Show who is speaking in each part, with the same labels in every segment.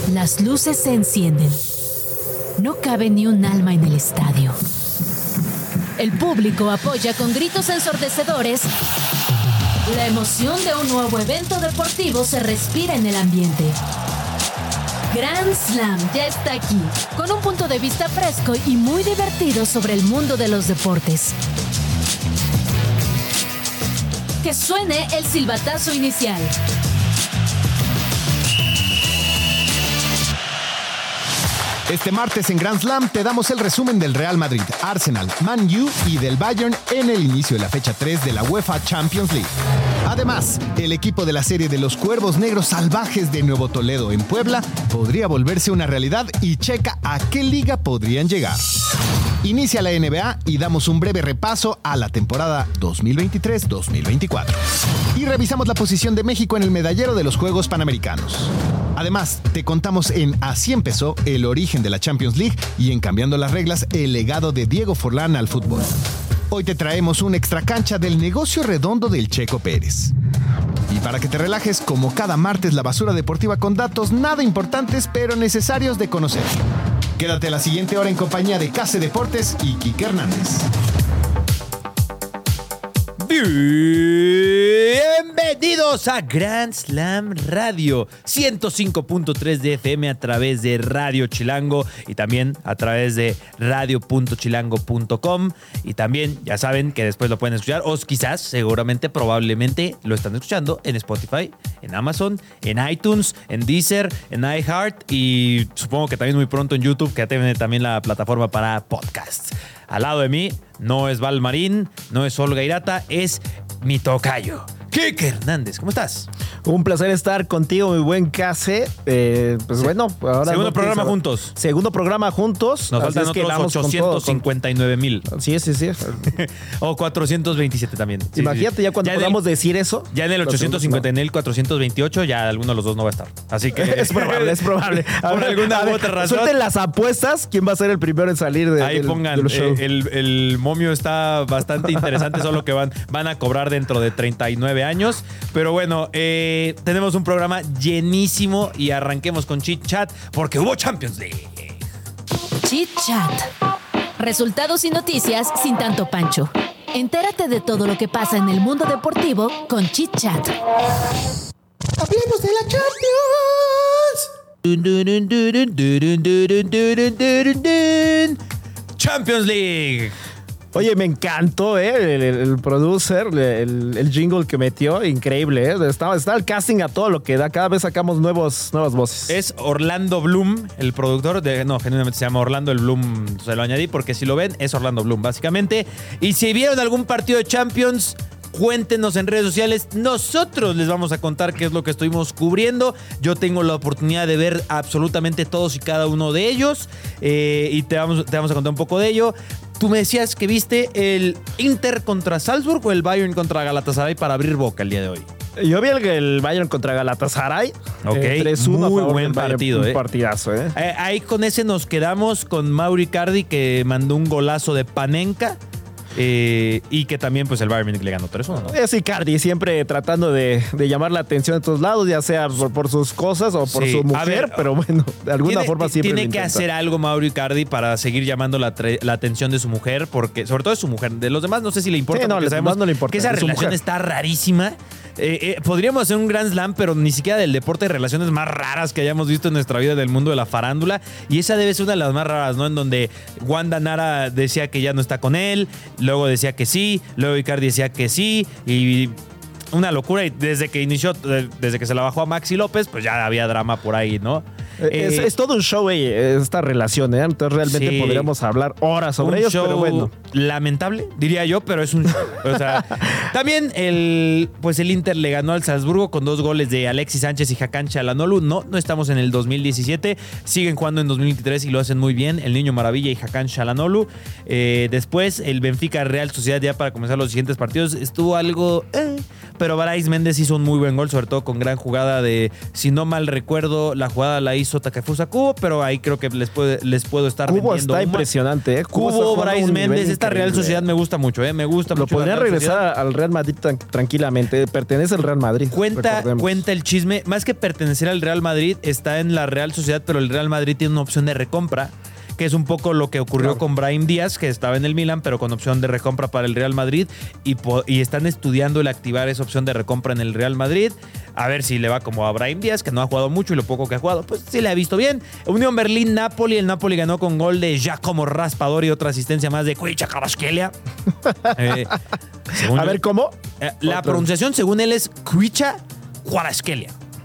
Speaker 1: Las luces se encienden. No cabe ni un alma en el estadio. El público apoya con gritos ensordecedores. La emoción de un nuevo evento deportivo se respira en el ambiente. Grand Slam ya está aquí, con un punto de vista fresco y muy divertido sobre el mundo de los deportes. Que suene el silbatazo inicial.
Speaker 2: Este martes en Grand Slam te damos el resumen del Real Madrid, Arsenal, Man U y del Bayern en el inicio de la fecha 3 de la UEFA Champions League. Además, el equipo de la serie de los Cuervos Negros Salvajes de Nuevo Toledo en Puebla podría volverse una realidad y checa a qué liga podrían llegar. Inicia la NBA y damos un breve repaso a la temporada 2023-2024. Y revisamos la posición de México en el medallero de los Juegos Panamericanos. Además, te contamos en Así empezó el origen de la Champions League y en Cambiando las reglas el legado de Diego Forlán al fútbol. Hoy te traemos un extracancha del negocio redondo del Checo Pérez. Y para que te relajes, como cada martes, la basura deportiva con datos nada importantes pero necesarios de conocer. Quédate a la siguiente hora en compañía de Case Deportes y Quique Hernández.
Speaker 3: Bienvenidos a Grand Slam Radio 105.3 de FM a través de Radio Chilango y también a través de radio.chilango.com y también ya saben que después lo pueden escuchar o quizás, seguramente, probablemente lo están escuchando en Spotify, en Amazon, en iTunes, en Deezer, en iHeart y supongo que también muy pronto en YouTube, que tiene también la plataforma para podcasts. Al lado de mí no es Val Marín, no es Olga Irata, es mi tocayo, Quique Hernández. ¿Cómo estás?
Speaker 4: Un placer estar contigo, mi buen Case. Pues bueno, ahora...
Speaker 3: Segundo programa juntos.
Speaker 4: Segundo programa juntos.
Speaker 3: Nos faltan otros 859,000.
Speaker 4: Sí.
Speaker 3: O 427 también.
Speaker 4: Imagínate
Speaker 3: sí.
Speaker 4: Ya cuando podamos decir eso.
Speaker 3: Ya en el 850, en el 428, ya alguno de los dos no va a estar. Así que...
Speaker 4: es probable.
Speaker 3: Por alguna u otra razón.
Speaker 4: Suelten las apuestas. ¿Quién va a ser el primero en salir
Speaker 3: ahí pongan, el momio está bastante interesante, solo que van a cobrar dentro de 39 años. Pero bueno, tenemos un programa llenísimo y arranquemos con Chit Chat porque hubo Champions League.
Speaker 1: Chit Chat. Resultados y noticias sin tanto pancho. Entérate de todo lo que pasa en el mundo deportivo con Chit Chat.
Speaker 4: ¡Hablemos de la
Speaker 3: Champions! Champions League.
Speaker 4: Oye, me encantó, el producer, el jingle que metió, increíble, Está el casting a todo lo que da, cada vez sacamos nuevas voces.
Speaker 3: Es Orlando Bloom, el productor genuinamente se llama Orlando, el Bloom se lo añadí porque si lo ven es Orlando Bloom básicamente. Y si vieron algún partido de Champions, cuéntenos en redes sociales. Nosotros les vamos a contar qué es lo que estuvimos cubriendo. Yo tengo la oportunidad de ver absolutamente todos y cada uno de ellos y te vamos a contar un poco de ello. Tú me decías que viste el Inter contra Salzburg o el Bayern contra Galatasaray para abrir boca el día de hoy.
Speaker 4: Yo vi el Bayern contra Galatasaray.
Speaker 3: Ok,
Speaker 4: 3-1
Speaker 3: muy buen partido.
Speaker 4: Un partidazo,
Speaker 3: Ahí con ese nos quedamos con Mauro Icardi, que mandó un golazo de Panenka. Y que también pues el Bayern Múnich le ganó 3-1, ¿no?
Speaker 4: Es Icardi, siempre tratando de llamar la atención de todos lados, ya sea por sus cosas o por su mujer, pero bueno, de alguna forma siempre
Speaker 3: tiene que hacer algo Mauro Icardi para seguir llamando la atención de su mujer, porque sobre todo de su mujer, de los demás no sé si le importa,
Speaker 4: porque sabemos
Speaker 3: no le importa, que esa relación está rarísima. Podríamos hacer un Grand Slam, pero ni siquiera del deporte, de relaciones más raras que hayamos visto en nuestra vida del mundo de la farándula. Y esa debe ser una de las más raras, ¿no? En donde Wanda Nara decía que ya no está con él, luego decía que sí, luego Icardi decía que sí, y una locura. Y desde que se la bajó a Maxi López, pues ya había drama por ahí, ¿no?
Speaker 4: Es todo un show, esta relación, Entonces realmente podríamos hablar horas sobre ellos, pero bueno.
Speaker 3: Lamentable, diría yo, pero es un show. O sea, también el Inter le ganó al Salzburgo con 2 goles de Alexis Sánchez y Hakan Çalhanoğlu. No estamos en el 2017, siguen jugando en 2023 y lo hacen muy bien. El Niño Maravilla y Hakan Çalhanoğlu. Después el Benfica Real Sociedad, ya para comenzar los siguientes partidos, estuvo algo... pero Brais Méndez hizo un muy buen gol, sobre todo con gran jugada de, si no mal recuerdo, la jugada la hizo hizo Takefusa Kubo, pero ahí creo que les puedo estar
Speaker 4: Kubo
Speaker 3: vendiendo.
Speaker 4: está impresionante, ¿eh?
Speaker 3: Kubo, Brais Méndez, esta Real Sociedad me gusta mucho, ¿eh? Me gusta
Speaker 4: Lo
Speaker 3: mucho.
Speaker 4: podría regresar al Real Madrid tranquilamente. Pertenece al Real Madrid.
Speaker 3: Cuenta el chisme. Más que pertenecer al Real Madrid, está en la Real Sociedad, pero el Real Madrid tiene una opción de recompra, que es un poco lo que ocurrió con Brahim Díaz, que estaba en el Milan, pero con opción de recompra para el Real Madrid, y están estudiando el activar esa opción de recompra en el Real Madrid, a ver si le va como a Brahim Díaz, que no ha jugado mucho, y lo poco que ha jugado, pues sí le ha visto bien. Unión Berlín-Napoli, el Napoli ganó con gol de Giacomo Raspadori y otra asistencia más de Kvicha Kvaratskhelia.
Speaker 4: A ver, ¿cómo?
Speaker 3: La pronunciación, según él, es Kvicha Kvaratskhelia.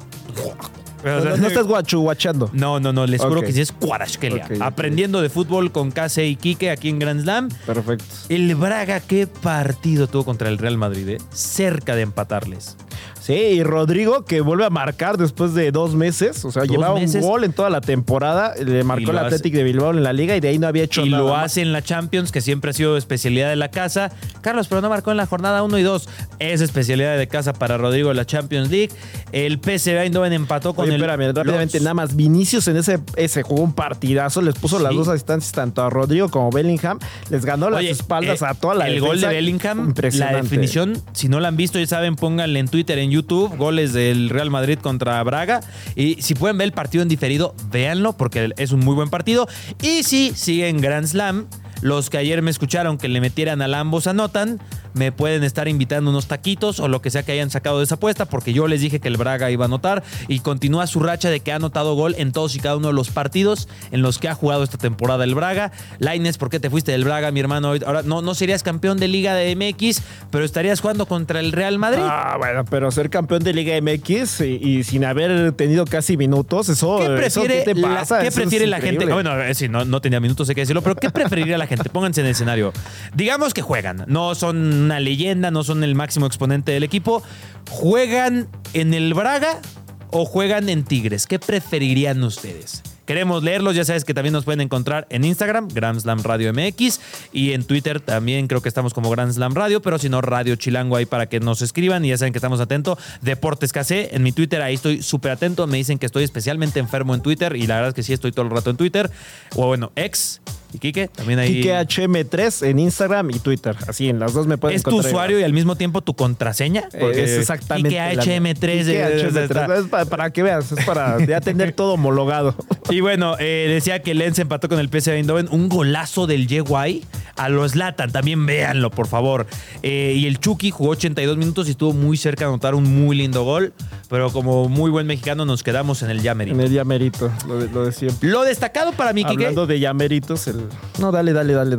Speaker 4: No estás guachando.
Speaker 3: No, les juro que sí es Kvaratskhelia. Aprendiendo de fútbol con Case y Quique aquí en Grand Slam.
Speaker 4: Perfecto.
Speaker 3: El Braga, qué partido tuvo contra el Real Madrid, ¿eh? Cerca de empatarles.
Speaker 4: Sí, y Rodrigo, que vuelve a marcar después de 2 meses. O sea, llevaba un gol en toda la temporada. Le marcó el Athletic de Bilbao en la Liga y de ahí no había hecho nada.
Speaker 3: Y lo hace en la Champions, que siempre ha sido especialidad de la casa. Carlos, pero no marcó en la jornada 1 y 2. Es especialidad de casa para Rodrigo en la Champions League. El PSV Eindhoven empató con
Speaker 4: Espérame, rápidamente, nada más. Vinicius en ese jugó un partidazo. Les puso las dos asistencias tanto a Rodrigo como a Bellingham. Les ganó las espaldas a toda la defensa.
Speaker 3: El gol de Bellingham, la definición, si no la han visto, ya saben, pónganle en Twitter, en YouTube, goles del Real Madrid contra Braga. Y si pueden ver el partido en diferido, véanlo, porque es un muy buen partido. Y si siguen Grand Slam, los que ayer me escucharon que le metieran al ambos anotan, me pueden estar invitando unos taquitos o lo que sea que hayan sacado de esa apuesta, porque yo les dije que el Braga iba a anotar y continúa su racha de que ha anotado gol en todos y cada uno de los partidos en los que ha jugado esta temporada el Braga. Lainez, ¿por qué te fuiste del Braga, mi hermano? Ahora no serías campeón de Liga de MX, pero estarías jugando contra el Real Madrid.
Speaker 4: Bueno, pero ser campeón de Liga MX y sin haber tenido casi minutos, eso ¿qué te pasa?
Speaker 3: ¿Qué prefiere la gente? Bueno, sí, no tenía minutos, hay que decirlo, pero ¿qué preferiría la gente? Pónganse en el escenario. Digamos que juegan, no son una leyenda, no son el máximo exponente del equipo. ¿Juegan en el Braga o juegan en Tigres? ¿Qué preferirían ustedes? Queremos leerlos, ya sabes que también nos pueden encontrar en Instagram, Grand Slam Radio MX, y en Twitter también creo que estamos como Grand Slam Radio, pero si no, Radio Chilango ahí para que nos escriban y ya saben que estamos atentos. Deportes KC, en mi Twitter, ahí estoy súper atento, me dicen que estoy especialmente enfermo en Twitter y la verdad es que sí estoy todo el rato en Twitter, o bueno, ex. Y Quique, también ahí.
Speaker 4: Quique HM3 en Instagram y Twitter. Así, en las dos me pueden encontrar.
Speaker 3: ¿Es tu usuario y al mismo tiempo tu contraseña?
Speaker 4: Porque es exactamente.
Speaker 3: Quique HM3.
Speaker 4: Quique HM3. Es para que veas, es para ya tener todo homologado.
Speaker 3: Y bueno, decía que Lens empató con el PSV Eindhoven. Un golazo del Yeguay a los Zlatan. También véanlo, por favor. Y el Chucky jugó 82 minutos y estuvo muy cerca de anotar un muy lindo gol. Pero como muy buen mexicano nos quedamos en el Yamerito.
Speaker 4: En el Yamerito, lo de siempre.
Speaker 3: Lo destacado para mí, Quique.
Speaker 4: Hablando de Yameritos, No, dale.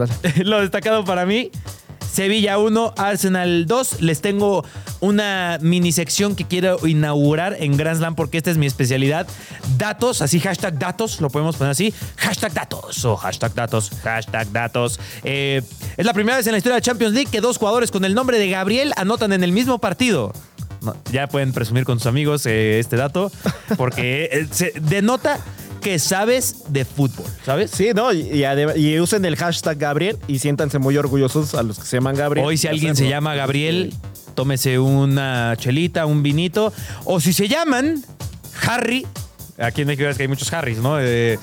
Speaker 3: Lo destacado para mí, Sevilla 1, Arsenal 2. Les tengo una mini sección que quiero inaugurar en Grand Slam porque esta es mi especialidad. Datos, así hashtag datos, lo podemos poner así. Hashtag datos o hashtag datos, hashtag datos. Es la primera vez en la historia de Champions League que 2 jugadores con el nombre de Gabriel anotan en el mismo partido. No, ya pueden presumir con sus amigos este dato porque se denota que sabes de fútbol, ¿sabes?
Speaker 4: Sí, ¿no? Y usen el hashtag Gabriel y siéntanse muy orgullosos a los que se llaman Gabriel.
Speaker 3: Hoy si alguien se llama Gabriel, tómese una chelita, un vinito. O si se llaman Harry, aquí en México es que hay muchos Harrys, ¿no?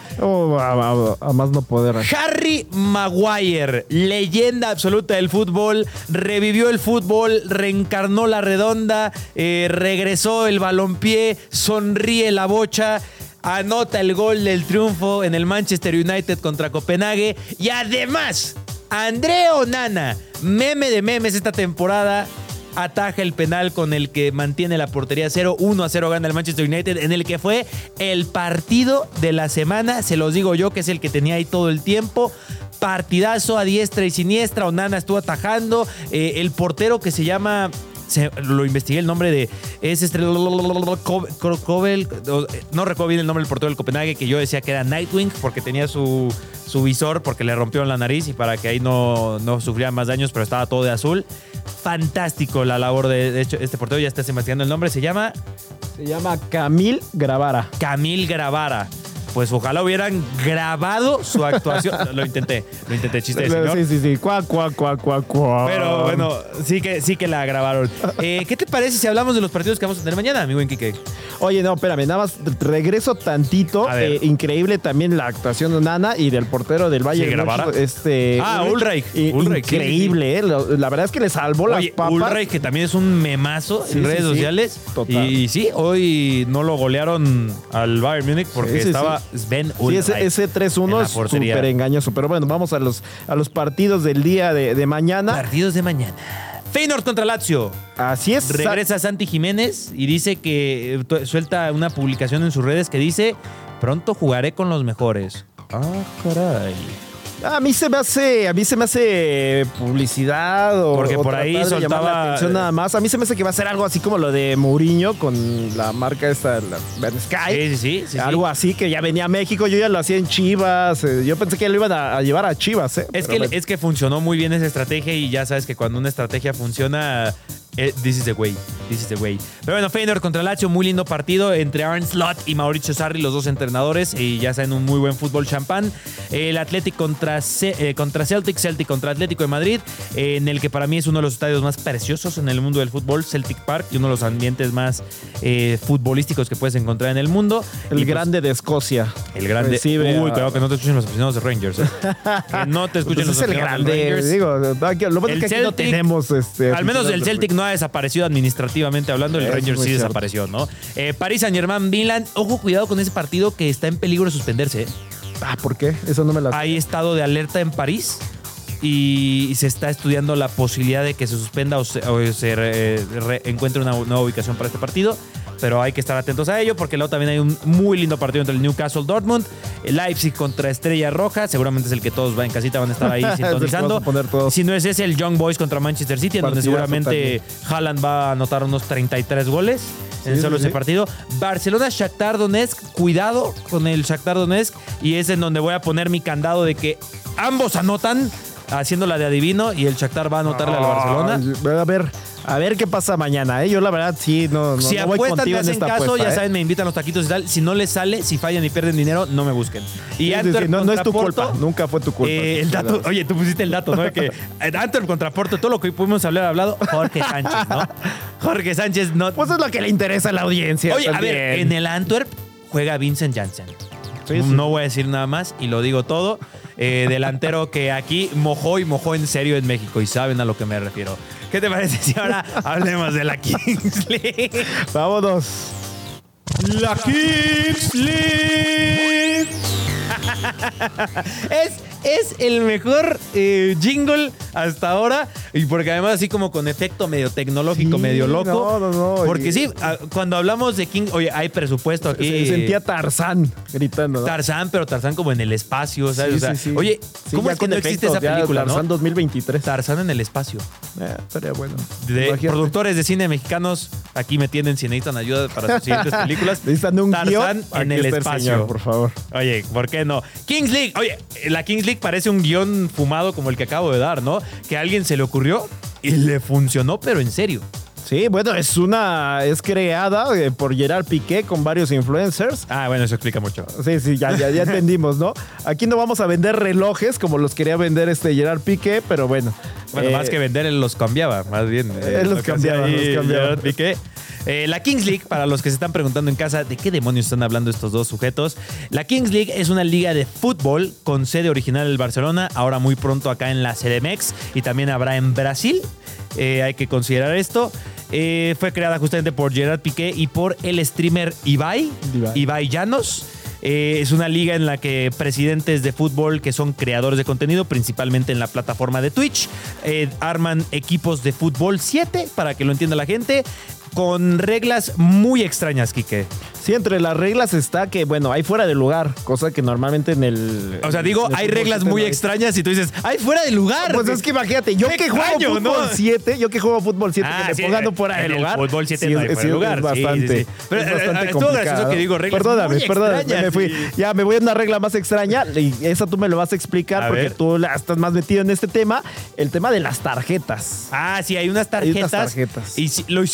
Speaker 4: A más no poder.
Speaker 3: Harry Maguire, leyenda absoluta del fútbol, revivió el fútbol, reencarnó la redonda, regresó el balompié, sonríe la bocha, anota el gol del triunfo en el Manchester United contra Copenhague y además André Onana, meme de memes esta temporada, ataja el penal con el que mantiene la portería 0, 1-0 gana el Manchester United, en el que fue el partido de la semana, se los digo yo que es el que tenía ahí todo el tiempo. Partidazo a diestra y siniestra, Onana estuvo atajando, el portero que se llama... lo investigué el nombre de... Kovel, no recuerdo bien el nombre del portero del Copenhague, que yo decía que era Nightwing porque tenía su visor, porque le rompieron la nariz y para que ahí no sufriera más daños, pero estaba todo de azul. Fantástico la labor de hecho, este portero, ya está investigando el nombre, se llama
Speaker 4: Camil Gravara.
Speaker 3: Camil Gravara. pues ojalá hubieran grabado su actuación. Lo intenté, chiste, señor.
Speaker 4: Sí. Cuac.
Speaker 3: Pero bueno, sí que la grabaron. ¿Qué te parece si hablamos de los partidos que vamos a tener mañana, mi buen Quique?
Speaker 4: Oye, no, espérame, nada más regreso tantito. Increíble también la actuación de Nana y del portero del Valle.
Speaker 3: ¿Sí grabara? Ulreich.
Speaker 4: Increíble, sí. La verdad es que le salvó las papas.
Speaker 3: Ulreich, que también es un memazo en redes sociales.
Speaker 4: Total.
Speaker 3: Y sí, hoy no lo golearon al Bayern Múnich porque estaba Sven Ulreich.
Speaker 4: Sí, ese 3-1 es súper engañoso. Pero bueno, vamos a los partidos del día de mañana.
Speaker 3: Partidos de mañana. Feyenoord contra Lazio.
Speaker 4: Así es.
Speaker 3: Regresa Santi Jiménez y dice que suelta una publicación en sus redes que dice: pronto jugaré con los mejores. Ah, caray.
Speaker 4: A mí se me hace publicidad o
Speaker 3: porque por ahí soltaba
Speaker 4: la atención nada más. A mí se me hace que va a ser algo así como lo de Mourinho con la marca esta, la Sky.
Speaker 3: Sí.
Speaker 4: Algo así que ya venía a México, yo ya lo hacía en Chivas. Yo pensé que lo iban a llevar a Chivas.
Speaker 3: Es que funcionó muy bien esa estrategia y ya sabes que cuando una estrategia funciona, this is the way. Pero bueno, Feyenoord contra Lazio, muy lindo partido entre Arne Slot y Mauricio Sarri, los dos entrenadores, y ya saben, un muy buen fútbol champán. El Athletic contra Celtic contra Atlético de Madrid, en el que para mí es uno de los estadios más preciosos en el mundo del fútbol, Celtic Park, y uno de los ambientes más futbolísticos que puedes encontrar en el mundo.
Speaker 4: El grande de Escocia.
Speaker 3: El grande. Uy, cuidado que no te escuchen los aficionados de Rangers. Que no te escuchen los aficionados de Rangers.
Speaker 4: Digo, lo bueno es que aquí no tenemos
Speaker 3: al menos el Celtic no ha desaparecido administrativamente hablando, el Rangers sí desapareció, ¿no? París Saint-Germain, Milan. Ojo, cuidado con ese partido que está en peligro de suspenderse.
Speaker 4: ¿Por qué? Eso no me la...
Speaker 3: Hay estado de alerta en París y se está estudiando la posibilidad de que se suspenda o se encuentre una nueva ubicación para este partido. Pero hay que estar atentos a ello porque luego también hay un muy lindo partido entre el Newcastle Dortmund, el Leipzig contra Estrella Roja, seguramente es el que todos en casita van a estar ahí sintonizando. Si no es ese, el Young Boys contra Manchester City, en donde seguramente Haaland va a anotar unos 33 goles en solo ese partido. Barcelona-Shakhtar Donetsk, cuidado con el Shakhtar Donetsk, y es en donde voy a poner mi candado de que ambos anotan, haciéndola de adivino, y el Shakhtar va a anotarle al Barcelona.
Speaker 4: A ver qué pasa mañana, ¿eh? Yo la verdad sí, no
Speaker 3: si
Speaker 4: voy
Speaker 3: apuestan,
Speaker 4: contigo
Speaker 3: me hacen
Speaker 4: en esta
Speaker 3: caso,
Speaker 4: apuesta,
Speaker 3: ya saben, me invitan los taquitos y tal. Si no les sale, si fallan y pierden dinero, no me busquen. Y Antwerp
Speaker 4: no es tu
Speaker 3: Porto,
Speaker 4: culpa, nunca fue tu culpa.
Speaker 3: El dato, oye, tú pusiste el dato, ¿no? Que Antwerp contra Porto, todo lo que pudimos haber hablado, Jorge Sánchez, ¿no? Jorge Sánchez no...
Speaker 4: Pues es lo que le interesa a la audiencia.
Speaker 3: Oye,
Speaker 4: también.
Speaker 3: a ver, en el Antwerp juega Vincent Janssen. No voy a decir nada más y lo digo todo. Delantero que aquí mojó en serio en México y saben a lo que me refiero. ¿Qué te parece si ahora hablemos de la Kings League?
Speaker 4: Vámonos.
Speaker 3: La Kings League. Es el mejor jingle hasta ahora. Y porque además así como con efecto medio tecnológico, medio loco.
Speaker 4: No.
Speaker 3: Porque sí, cuando hablamos de King, oye, hay presupuesto aquí.
Speaker 4: Se sentía Tarzán gritando, ¿no?
Speaker 3: Tarzán, pero Tarzán como en el espacio, ¿sabes?
Speaker 4: Sí.
Speaker 3: Oye, ¿cómo es que no existe esa película,
Speaker 4: Tarzán 2023.
Speaker 3: Tarzán en el espacio.
Speaker 4: Estaría bueno.
Speaker 3: De productores de cine mexicanos, aquí me tienen si necesitan ayuda para sus siguientes películas.
Speaker 4: Necesitan un
Speaker 3: Tarzán en el espacio.
Speaker 4: Señor, por favor.
Speaker 3: Oye, ¿por qué no? Kings League. Oye, la Kings League parece un guión fumado como el que acabo de dar, ¿no? Que a alguien se le ocurrió y le funcionó, pero en serio.
Speaker 4: Sí, bueno, es creada por Gerard Piqué con varios influencers.
Speaker 3: Ah, bueno, eso explica mucho.
Speaker 4: Sí, ya entendimos, ¿no? Aquí no vamos a vender relojes como los quería vender Gerard Piqué, pero bueno.
Speaker 3: Bueno, más que vender, él los cambiaba, más bien.
Speaker 4: Él los cambiaba.
Speaker 3: Gerard Piqué. La Kings League, para los que se están preguntando en casa de qué demonios están hablando estos dos sujetos, la Kings League es una liga de fútbol con sede original en Barcelona, ahora muy pronto acá en la CDMX y también habrá en Brasil. Hay que considerar esto. Fue creada justamente por Gerard Piqué y por el streamer Ibai Llanos. Es una liga en la que presidentes de fútbol que son creadores de contenido, principalmente en la plataforma de Twitch, arman equipos de fútbol 7, para que lo entienda la gente, con reglas muy extrañas, Quique.
Speaker 4: Sí, entre las reglas está que, bueno, hay fuera de lugar, cosa que normalmente en el...
Speaker 3: O sea, digo, hay reglas muy extrañas y tú dices, ¡ay, fuera de lugar!
Speaker 4: Pues es que imagínate, yo que juego fútbol 7, que me pongan fuera de lugar.
Speaker 3: El fútbol 7 no hay fuera de lugar.
Speaker 4: Es bastante,
Speaker 3: sí. Pero
Speaker 4: es bastante
Speaker 3: estuvo gracioso que digo reglas
Speaker 4: Perdóname,
Speaker 3: extrañas.
Speaker 4: me fui. Ya, me voy a una regla más extraña y esa tú me lo vas a explicar porque tú estás más metido en este tema. El tema de las tarjetas.
Speaker 3: Ah, sí, hay unas tarjetas. Y lo hicieron como si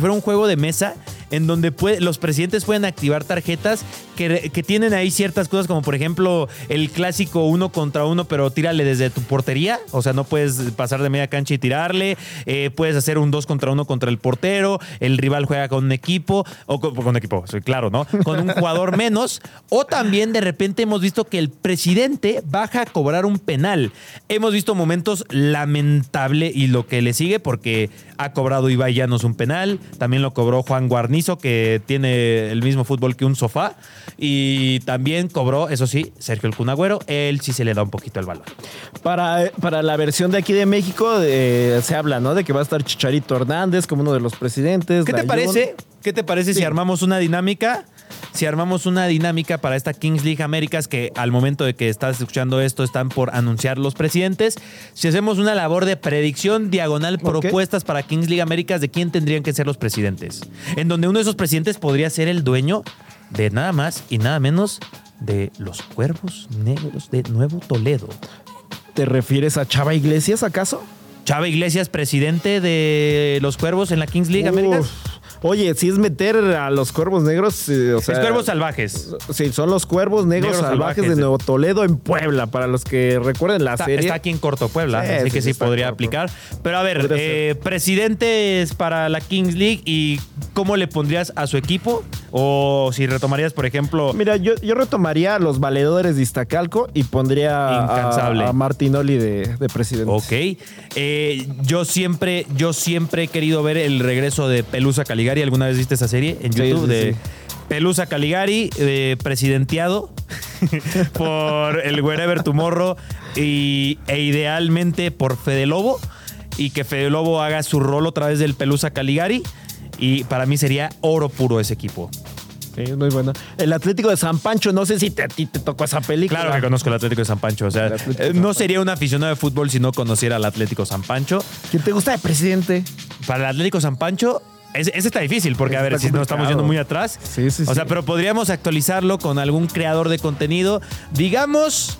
Speaker 3: fuera un juego de mesa en donde los presidentes pueden activar tarjetas que tienen ahí ciertas cosas, como por ejemplo el clásico 1 contra 1, pero tírale desde tu portería. O sea, no puedes pasar de media cancha y tirarle. Puedes hacer un 2 contra 1 contra el portero. El rival juega con un equipo, o con equipo, claro, ¿no? Con un jugador menos. O también de repente hemos visto que el presidente baja a cobrar un penal. Hemos visto momentos lamentables y lo que le sigue, porque ha cobrado Ibai Llanos un penal. También lo cobró Juan Guarnizo, que tiene el mismo fútbol que un sofá. Y también cobró, eso sí, Sergio El Kun Agüero. Él sí se le da un poquito el balón.
Speaker 4: Para la versión de aquí de México se habla, ¿no? De que va a estar Chicharito Hernández como uno de los presidentes.
Speaker 3: ¿Qué te parece? ¿Qué te parece si armamos una dinámica? Si armamos una dinámica para esta Kings League Américas, que al momento de que estás escuchando esto están por anunciar los presidentes. Si hacemos una labor de predicción diagonal, propuestas para Kings League Américas de quién tendrían que ser los presidentes. En donde uno de esos presidentes podría ser el dueño de nada más y nada menos de los Cuervos Negros de Nuevo Toledo.
Speaker 4: ¿Te refieres a Chava Iglesias, acaso?
Speaker 3: Chava Iglesias, presidente de los Cuervos en la Kings League Américas.
Speaker 4: Oye, si es meter a los Cuervos Negros, o sea...
Speaker 3: Es Cuervos Salvajes.
Speaker 4: Sí, son los Cuervos Negros salvajes de Nuevo Toledo en Puebla, para los que recuerden la serie.
Speaker 3: Está aquí en Corto Puebla, así que sí podría aplicar. Pero a ver, presidentes para la Kings League, ¿y cómo le pondrías a su equipo? O si retomarías, por ejemplo...
Speaker 4: Mira, yo retomaría a los valedores de Iztacalco y pondría a Martinoli de presidente.
Speaker 3: Ok. Yo siempre he querido ver el regreso de Pelusa Caligari. ¿Alguna vez viste esa serie en YouTube? Sí. Pelusa Caligari, presidenteado por el Wherever Tomorrow e idealmente por Fede Lobo, y que Fede Lobo haga su rol otra vez del Pelusa Caligari, y para mí sería oro puro ese equipo.
Speaker 4: Sí, es muy bueno. El Atlético de San Pancho, no sé si a ti te tocó esa película.
Speaker 3: Claro que conozco el Atlético de San Pancho. O sea, no sería un aficionado de fútbol si no conociera al Atlético San Pancho.
Speaker 4: ¿Quién te gusta de presidente?
Speaker 3: Para el Atlético San Pancho, ese está difícil, porque a ver, si nos estamos yendo muy atrás.
Speaker 4: Sí.
Speaker 3: O sea, pero podríamos actualizarlo con algún creador de contenido. Digamos,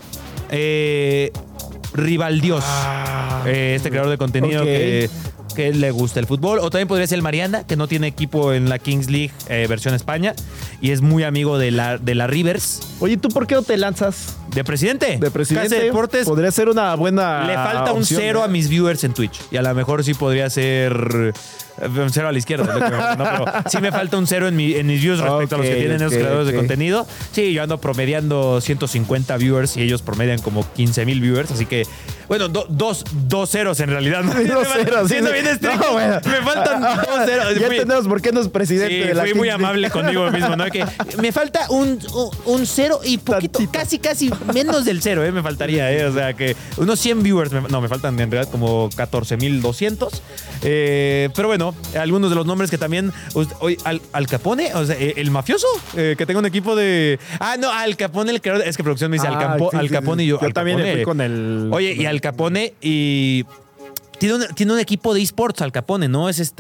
Speaker 3: Rivaldios. Este creador de contenido que le gusta el fútbol. O también podría ser el Mariana, que no tiene equipo en la Kings League versión España y es muy amigo de la Rivers.
Speaker 4: Oye, ¿tú por qué no te lanzas?
Speaker 3: ¿De presidente?
Speaker 4: De presidente.
Speaker 3: Casa Deportes.
Speaker 4: Podría ser una buena
Speaker 3: Le falta un
Speaker 4: opción,
Speaker 3: cero a mis viewers en Twitch. Y a lo mejor sí podría ser un cero a la izquierda. No, pero sí me falta un cero en mis views respecto a los que tienen esos creadores de contenido. Sí, yo ando promediando 150 viewers y ellos promedian como 15,000 viewers. Así que, bueno, dos ceros en realidad. ¿No?
Speaker 4: Dos ceros.
Speaker 3: Siendo bien estricto, bueno. Me faltan 2 ceros.
Speaker 4: Ya entendemos por qué no es presidente de la
Speaker 3: fui muy amable conmigo mismo, ¿no? Que me falta un cero y poquito, casi menos del cero, me faltaría, o sea, que unos 100 viewers, me faltan en realidad como 14,200. Pero bueno, algunos de los nombres que también, hoy Al Capone, o sea, el mafioso, que tenga un equipo de... Al Capone, el creador, es que producción me dice Al Capone y yo...
Speaker 4: Yo también fui con el...
Speaker 3: Oye, y Al Capone y... Tiene un equipo de esports, Al Capone, ¿no? Es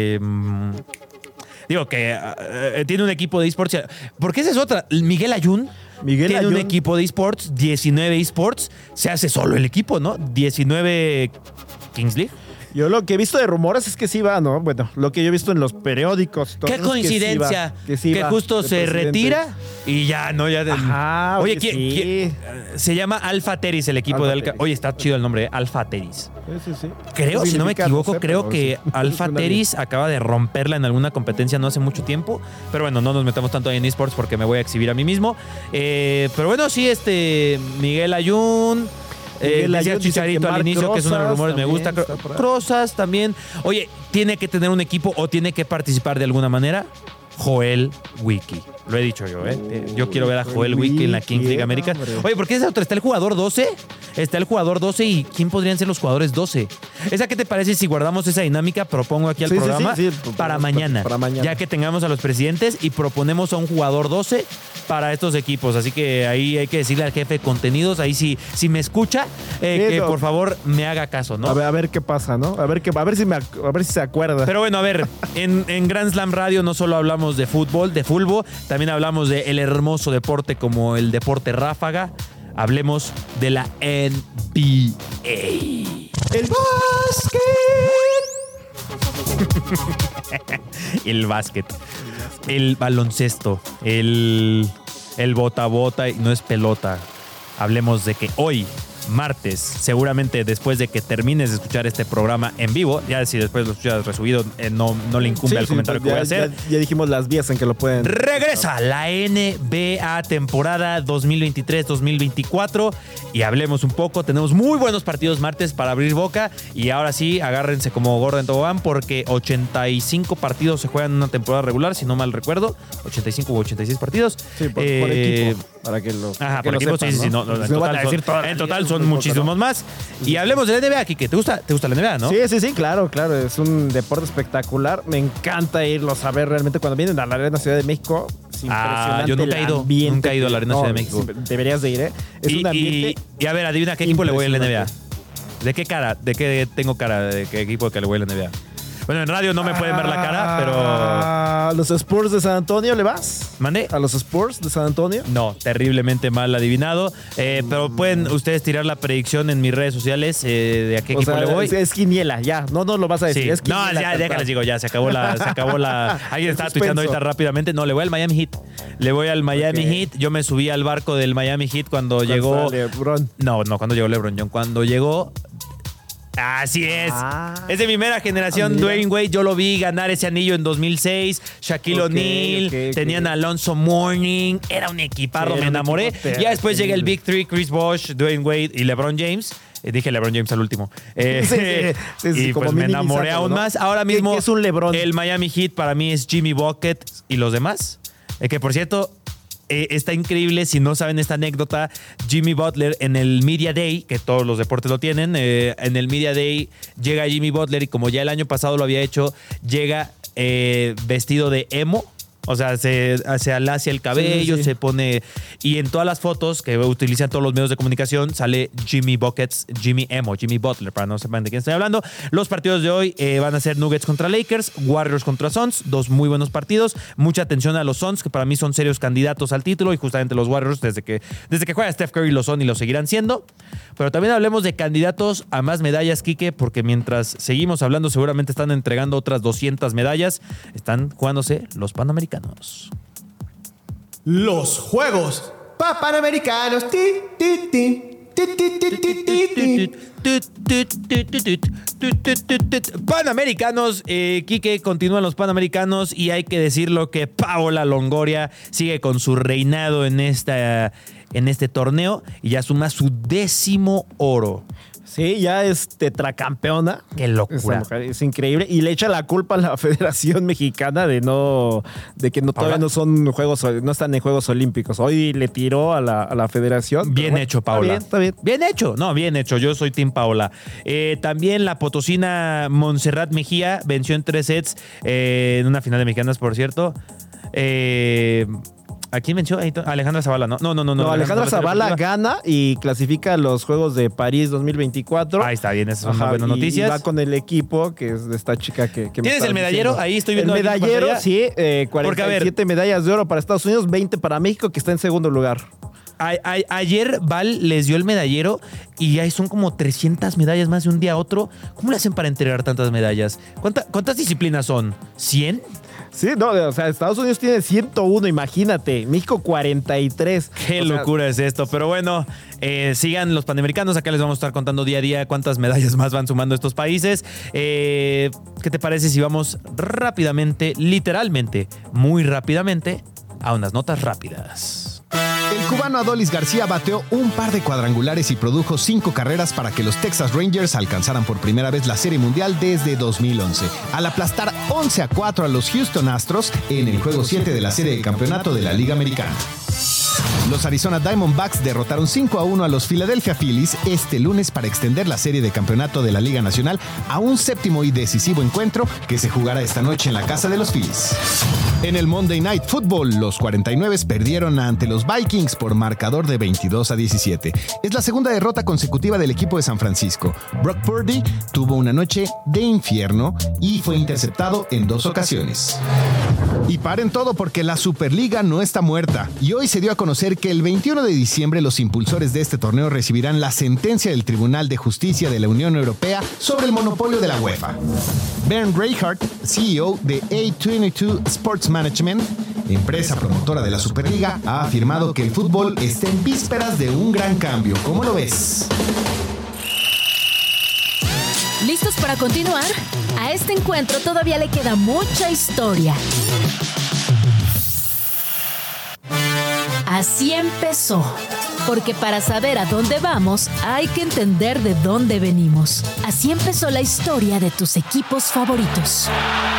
Speaker 3: Digo que tiene un equipo de esports. Porque esa es otra. Miguel Ayun tiene un equipo de esports, 19 esports. Se hace solo el equipo, ¿no? 19 Kings League.
Speaker 4: Yo lo que he visto de rumores es que sí va, ¿no? Bueno, lo que yo he visto en los periódicos.
Speaker 3: Qué coincidencia. Que justo se retira y ya, ¿no? Ya oye, ¿quién? Se llama Alpha Teris, el equipo de Alca. Oye, está chido el nombre, Alpha Teris.
Speaker 4: Sí.
Speaker 3: Creo, si no me equivoco, creo que Alpha Teris acaba de romperla en alguna competencia no hace mucho tiempo. Pero bueno, no nos metamos tanto ahí en esports porque me voy a exhibir a mí mismo. Pero bueno, sí, Miguel Ayun. Decía Chicharito al inicio, que es uno de los rumores, me gusta. Crozas también. Oye, ¿tiene que tener un equipo o tiene que participar de alguna manera? Joel Wiki. Lo he dicho yo, Yo quiero ver a Joel Wiki en la Kings League América. Oye, ¿por qué esa otra? ¿Está el jugador 12? Está el jugador 12 y ¿quién podrían ser los jugadores 12? ¿Esa qué te parece si guardamos esa dinámica? Propongo aquí al programa para mañana. Ya que tengamos a los presidentes y proponemos a un jugador 12 para estos equipos. Así que ahí hay que decirle al jefe de contenidos, ahí si me escucha, que por favor me haga caso, ¿no?
Speaker 4: A ver qué pasa, ¿no? A ver si se acuerda.
Speaker 3: Pero bueno, a ver, en Grand Slam Radio no solo hablamos de fútbol, también hablamos de el hermoso deporte como el deporte ráfaga. Hablemos de la NBA. El básquet. El básquet, el baloncesto, el bota-bota, y no es pelota. Hablemos de que hoy, martes, seguramente después de que termines de escuchar este programa en vivo, ya si después lo escuchas resubido, no le incumbe al comentario que voy a hacer.
Speaker 4: Ya dijimos las vías en que lo pueden.
Speaker 3: Regresa la NBA temporada 2023-2024 y hablemos un poco. Tenemos muy buenos partidos martes para abrir boca y ahora sí, agárrense como gordo en tobogán porque 85 partidos se juegan en una temporada regular, si no mal recuerdo, 85 u 86 partidos.
Speaker 4: Sí, por equipo, para que lo
Speaker 3: Ajá,
Speaker 4: que
Speaker 3: por
Speaker 4: lo
Speaker 3: equipo,
Speaker 4: sepan,
Speaker 3: sí,
Speaker 4: ¿no?
Speaker 3: no,
Speaker 4: En
Speaker 3: total son muchísimos más. Y hablemos de la NBA, Kike. ¿Te gusta la NBA, no?
Speaker 4: Sí, claro. Es un deporte espectacular. Me encanta irlos a ver realmente cuando vienen a la Arena Ciudad de México. Es impresionante.
Speaker 3: Yo nunca he ido a la Arena Ciudad de México.
Speaker 4: Deberías de ir, ¿eh? Es un ambiente.
Speaker 3: Y a ver, adivina qué equipo le voy a la NBA. ¿De qué cara? ¿De qué tengo cara? ¿De qué equipo que le voy a la NBA? Bueno, en radio no me pueden ver la cara, pero...
Speaker 4: ¿A los Spurs de San Antonio le vas?
Speaker 3: ¿Mandé?
Speaker 4: ¿A los Spurs de San Antonio?
Speaker 3: No, terriblemente mal adivinado. Pero pueden ustedes tirar la predicción en mis redes sociales de a qué equipo le voy.
Speaker 4: Es quiniela, ya. No lo vas a decir.
Speaker 3: Sí.
Speaker 4: Es quiniela.
Speaker 3: No, ya déjales digo, ya se acabó la... Alguien estaba tuiteando ahorita rápidamente. No, le voy al Miami Heat. Le voy al Miami Heat. Yo me subí al barco del Miami Heat cuando llegó...
Speaker 4: LeBron.
Speaker 3: No, cuando llegó LeBron John. Cuando llegó... Así es. Es de mi mera generación, Dwayne Wade. Yo lo vi ganar ese anillo en 2006. Shaquille O'Neal. Tenían a Alonzo Mourning. Era un equiparro, me enamoré. Ya después llega el Big Three, Chris Bosh, Dwayne Wade y LeBron James. Dije LeBron James al último. Y pues me enamoré aún más. Ahora mismo,
Speaker 4: ¿Qué es un LeBron?
Speaker 3: El Miami Heat para mí es Jimmy Bucket y los demás. Que por cierto... está increíble, si no saben esta anécdota, Jimmy Butler en el Media Day, que todos los deportes lo tienen, en el Media Day llega Jimmy Butler y como ya el año pasado lo había hecho, llega vestido de emo. O sea, se alacia el cabello, se pone... Y en todas las fotos que utilizan todos los medios de comunicación sale Jimmy Buckets, Jimmy Emo, Jimmy Butler, para no sepan de quién estoy hablando. Los partidos de hoy van a ser Nuggets contra Lakers, Warriors contra Suns, dos muy buenos partidos. Mucha atención a los Suns, que para mí son serios candidatos al título, y justamente los Warriors, desde que juega Steph Curry, lo son y lo seguirán siendo. Pero también hablemos de candidatos a más medallas, Quique, porque mientras seguimos hablando, seguramente están entregando otras 200 medallas. Están jugándose los Panamericanos.
Speaker 2: Los Juegos Panamericanos.
Speaker 3: Panamericanos, Quique, continúan los Panamericanos y hay que decirlo que Paola Longoria sigue con su reinado en este torneo y ya suma su 10º oro.
Speaker 4: Sí, ya es tetracampeona.
Speaker 3: Qué locura.
Speaker 4: Es increíble. Y le echa la culpa a la Federación Mexicana de que todavía no están en Juegos Olímpicos. Hoy le tiró a la Federación.
Speaker 3: Bien hecho, Paola.
Speaker 4: Está bien.
Speaker 3: Bien hecho. No, bien hecho. Yo soy Team Paola. También la potosina Montserrat Mejía venció en 3 sets en una final de mexicanas, por cierto. ¿A quién venció? Alejandra Zavala, ¿no? No.
Speaker 4: Alejandra Zavala gana y clasifica a los Juegos de París 2024.
Speaker 3: Ahí está bien, esas son unas buenas noticias.
Speaker 4: Y va con el equipo, que es de esta chica que
Speaker 3: ¿Tienes el medallero?
Speaker 4: Diciendo.
Speaker 3: Ahí estoy viendo.
Speaker 4: El medallero, sí. 47 medallas de oro para Estados Unidos, 20 para México, que está en segundo lugar.
Speaker 3: Ayer Val les dio el medallero y ahí son como 300 medallas más de un día a otro. ¿Cómo le hacen para entregar tantas medallas? ¿Cuántas disciplinas son? ¿100?
Speaker 4: Sí, no, o sea, Estados Unidos tiene 101, imagínate. México 43.
Speaker 3: Qué locura es esto. Pero bueno, sigan los Panamericanos. Acá les vamos a estar contando día a día cuántas medallas más van sumando estos países. ¿Qué te parece si vamos rápidamente, literalmente, muy rápidamente, a unas notas rápidas?
Speaker 2: El cubano Adolis García bateó un par de cuadrangulares y produjo 5 carreras para que los Texas Rangers alcanzaran por primera vez la Serie Mundial desde 2011, al aplastar 11-4 a los Houston Astros en el Juego 7 de la Serie de Campeonato de la Liga Americana. Los Arizona Diamondbacks derrotaron 5-1 a los Philadelphia Phillies este lunes para extender la serie de campeonato de la Liga Nacional a un 7º y decisivo encuentro que se jugará esta noche en la casa de los Phillies. En el Monday Night Football, los 49 perdieron ante los Vikings por marcador de 22-17. Es la segunda derrota consecutiva del equipo de San Francisco. Brock Purdy tuvo una noche de infierno y fue interceptado en 2 ocasiones. Y paren todo porque la Superliga no está muerta. Y hoy se dio a conocer que el 21 de diciembre los impulsores de este torneo recibirán la sentencia del Tribunal de Justicia de la Unión Europea sobre el monopolio de la UEFA. Bernd Reichart, CEO de A22 Sports Management, empresa promotora de la Superliga, ha afirmado que el fútbol está en vísperas de un gran cambio. ¿Cómo lo ves?
Speaker 1: ¿Listos para continuar? A este encuentro todavía le queda mucha historia. Así empezó. Porque para saber a dónde vamos, hay que entender de dónde venimos. Así empezó la historia de tus equipos favoritos.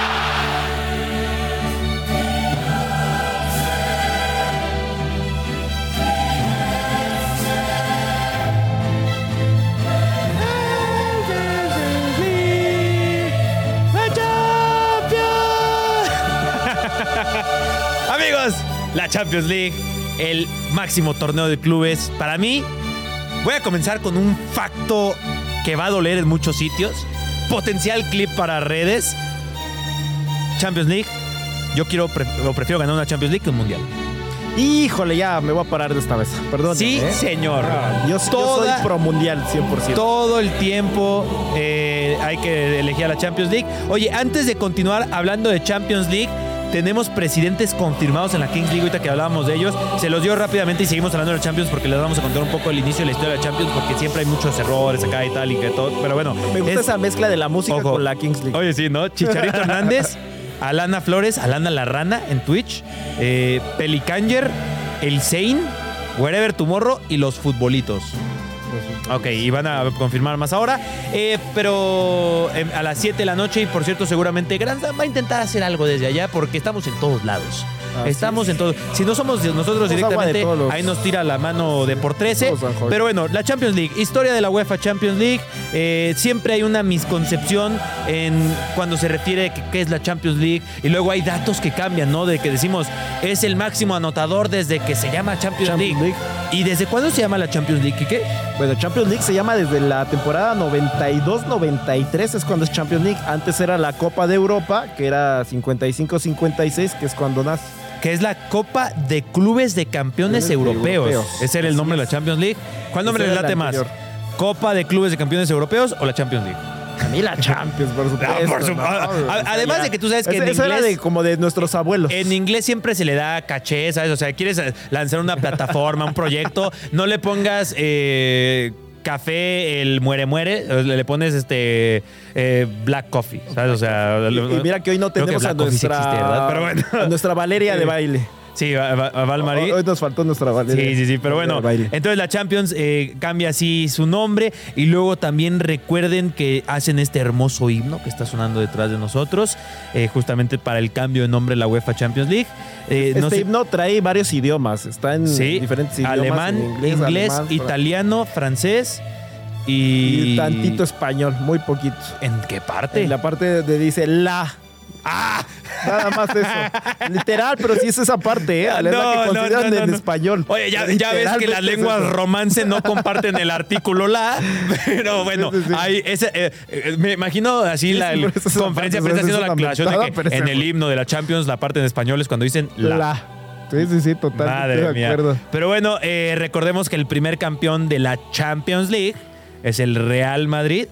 Speaker 3: Amigos, la Champions League, el máximo torneo de clubes. Para mí, voy a comenzar con un facto que va a doler en muchos sitios. Potencial clip para redes. Champions League. Yo prefiero ganar una Champions League que un Mundial.
Speaker 4: Híjole, ya me voy a parar de esta vez. Perdón.
Speaker 3: Sí, señor.
Speaker 4: Yo soy pro mundial 100%.
Speaker 3: Todo el tiempo hay que elegir a la Champions League. Oye, antes de continuar hablando de Champions League, tenemos presidentes confirmados en la Kings League. Ahorita que hablábamos de ellos, se los dio rápidamente y seguimos hablando de la Champions porque les vamos a contar un poco el inicio de la historia de la Champions, porque siempre hay muchos errores acá y tal y que todo. Pero bueno,
Speaker 4: me gusta esa mezcla de la música con la Kings League.
Speaker 3: Oye, sí, ¿no? Chicharito Hernández, Alana Flores, Alana la Rana en Twitch, Pelicanger, El Zane, Wherever Tomorrow y los futbolitos. Ok, y van a confirmar más ahora. Pero a las 7 de la noche, y por cierto, seguramente Grand Slam va a intentar hacer algo desde allá porque estamos en todos lados. Estamos en todos. Si no somos nosotros directamente, ahí nos tira la mano de por 13. Pero bueno, la Champions League, historia de la UEFA Champions League. Siempre hay una misconcepción cuando se refiere a qué es la Champions League. Y luego hay datos que cambian, ¿no? De que decimos, es el máximo anotador desde que se llama Champions League. ¿Y desde cuándo se llama la Champions League, Quique?
Speaker 4: Bueno, Champions League se llama desde la temporada 92-93, es cuando es Champions League. Antes era la Copa de Europa, que era 55-56, que es cuando nace.
Speaker 3: Que es la Copa de Clubes de Campeones Europeos. Ese era el nombre de la Champions League. ¿Cuál nombre les late más? ¿Copa de Clubes de Campeones Europeos o la Champions League?
Speaker 4: A mí la Champions, por supuesto.
Speaker 3: Además de que tú sabes que en inglés...
Speaker 4: era como de nuestros abuelos.
Speaker 3: En inglés siempre se le da caché, ¿sabes? O sea, quieres lanzar una plataforma, un proyecto, no le pongas... café, el muere, le pones Black Coffee, ¿sabes? O sea,
Speaker 4: y mira que hoy no tenemos a nuestra,
Speaker 3: pero bueno.
Speaker 4: A nuestra Valeria de baile.
Speaker 3: Sí, a Val-Marie.
Speaker 4: Hoy nos faltó nuestra Valeria.
Speaker 3: Sí, pero bueno. Entonces la Champions cambia así su nombre y luego también recuerden que hacen este hermoso himno que está sonando detrás de nosotros, justamente para el cambio de nombre de la UEFA Champions League.
Speaker 4: Himno trae varios idiomas, está en diferentes idiomas.
Speaker 3: Alemán, inglés, alemán, italiano, francés y
Speaker 4: tantito español, muy poquito.
Speaker 3: ¿En qué parte?
Speaker 4: En la parte de dice la.
Speaker 3: ¡Ah!
Speaker 4: Nada más eso. Literal, pero sí es esa parte, ¿eh? La que consideran en español.
Speaker 3: Oye, ya ves que las lenguas romance no comparten el artículo la, pero bueno, sí. Hay me imagino así la conferencia de prensa haciendo la aclaración de que en el himno de la Champions la parte en español es cuando dicen la.
Speaker 4: Sí, totalmente.
Speaker 3: Madre mía.
Speaker 4: Acuerdo.
Speaker 3: Pero bueno, recordemos que el primer campeón de la Champions League es el Real Madrid.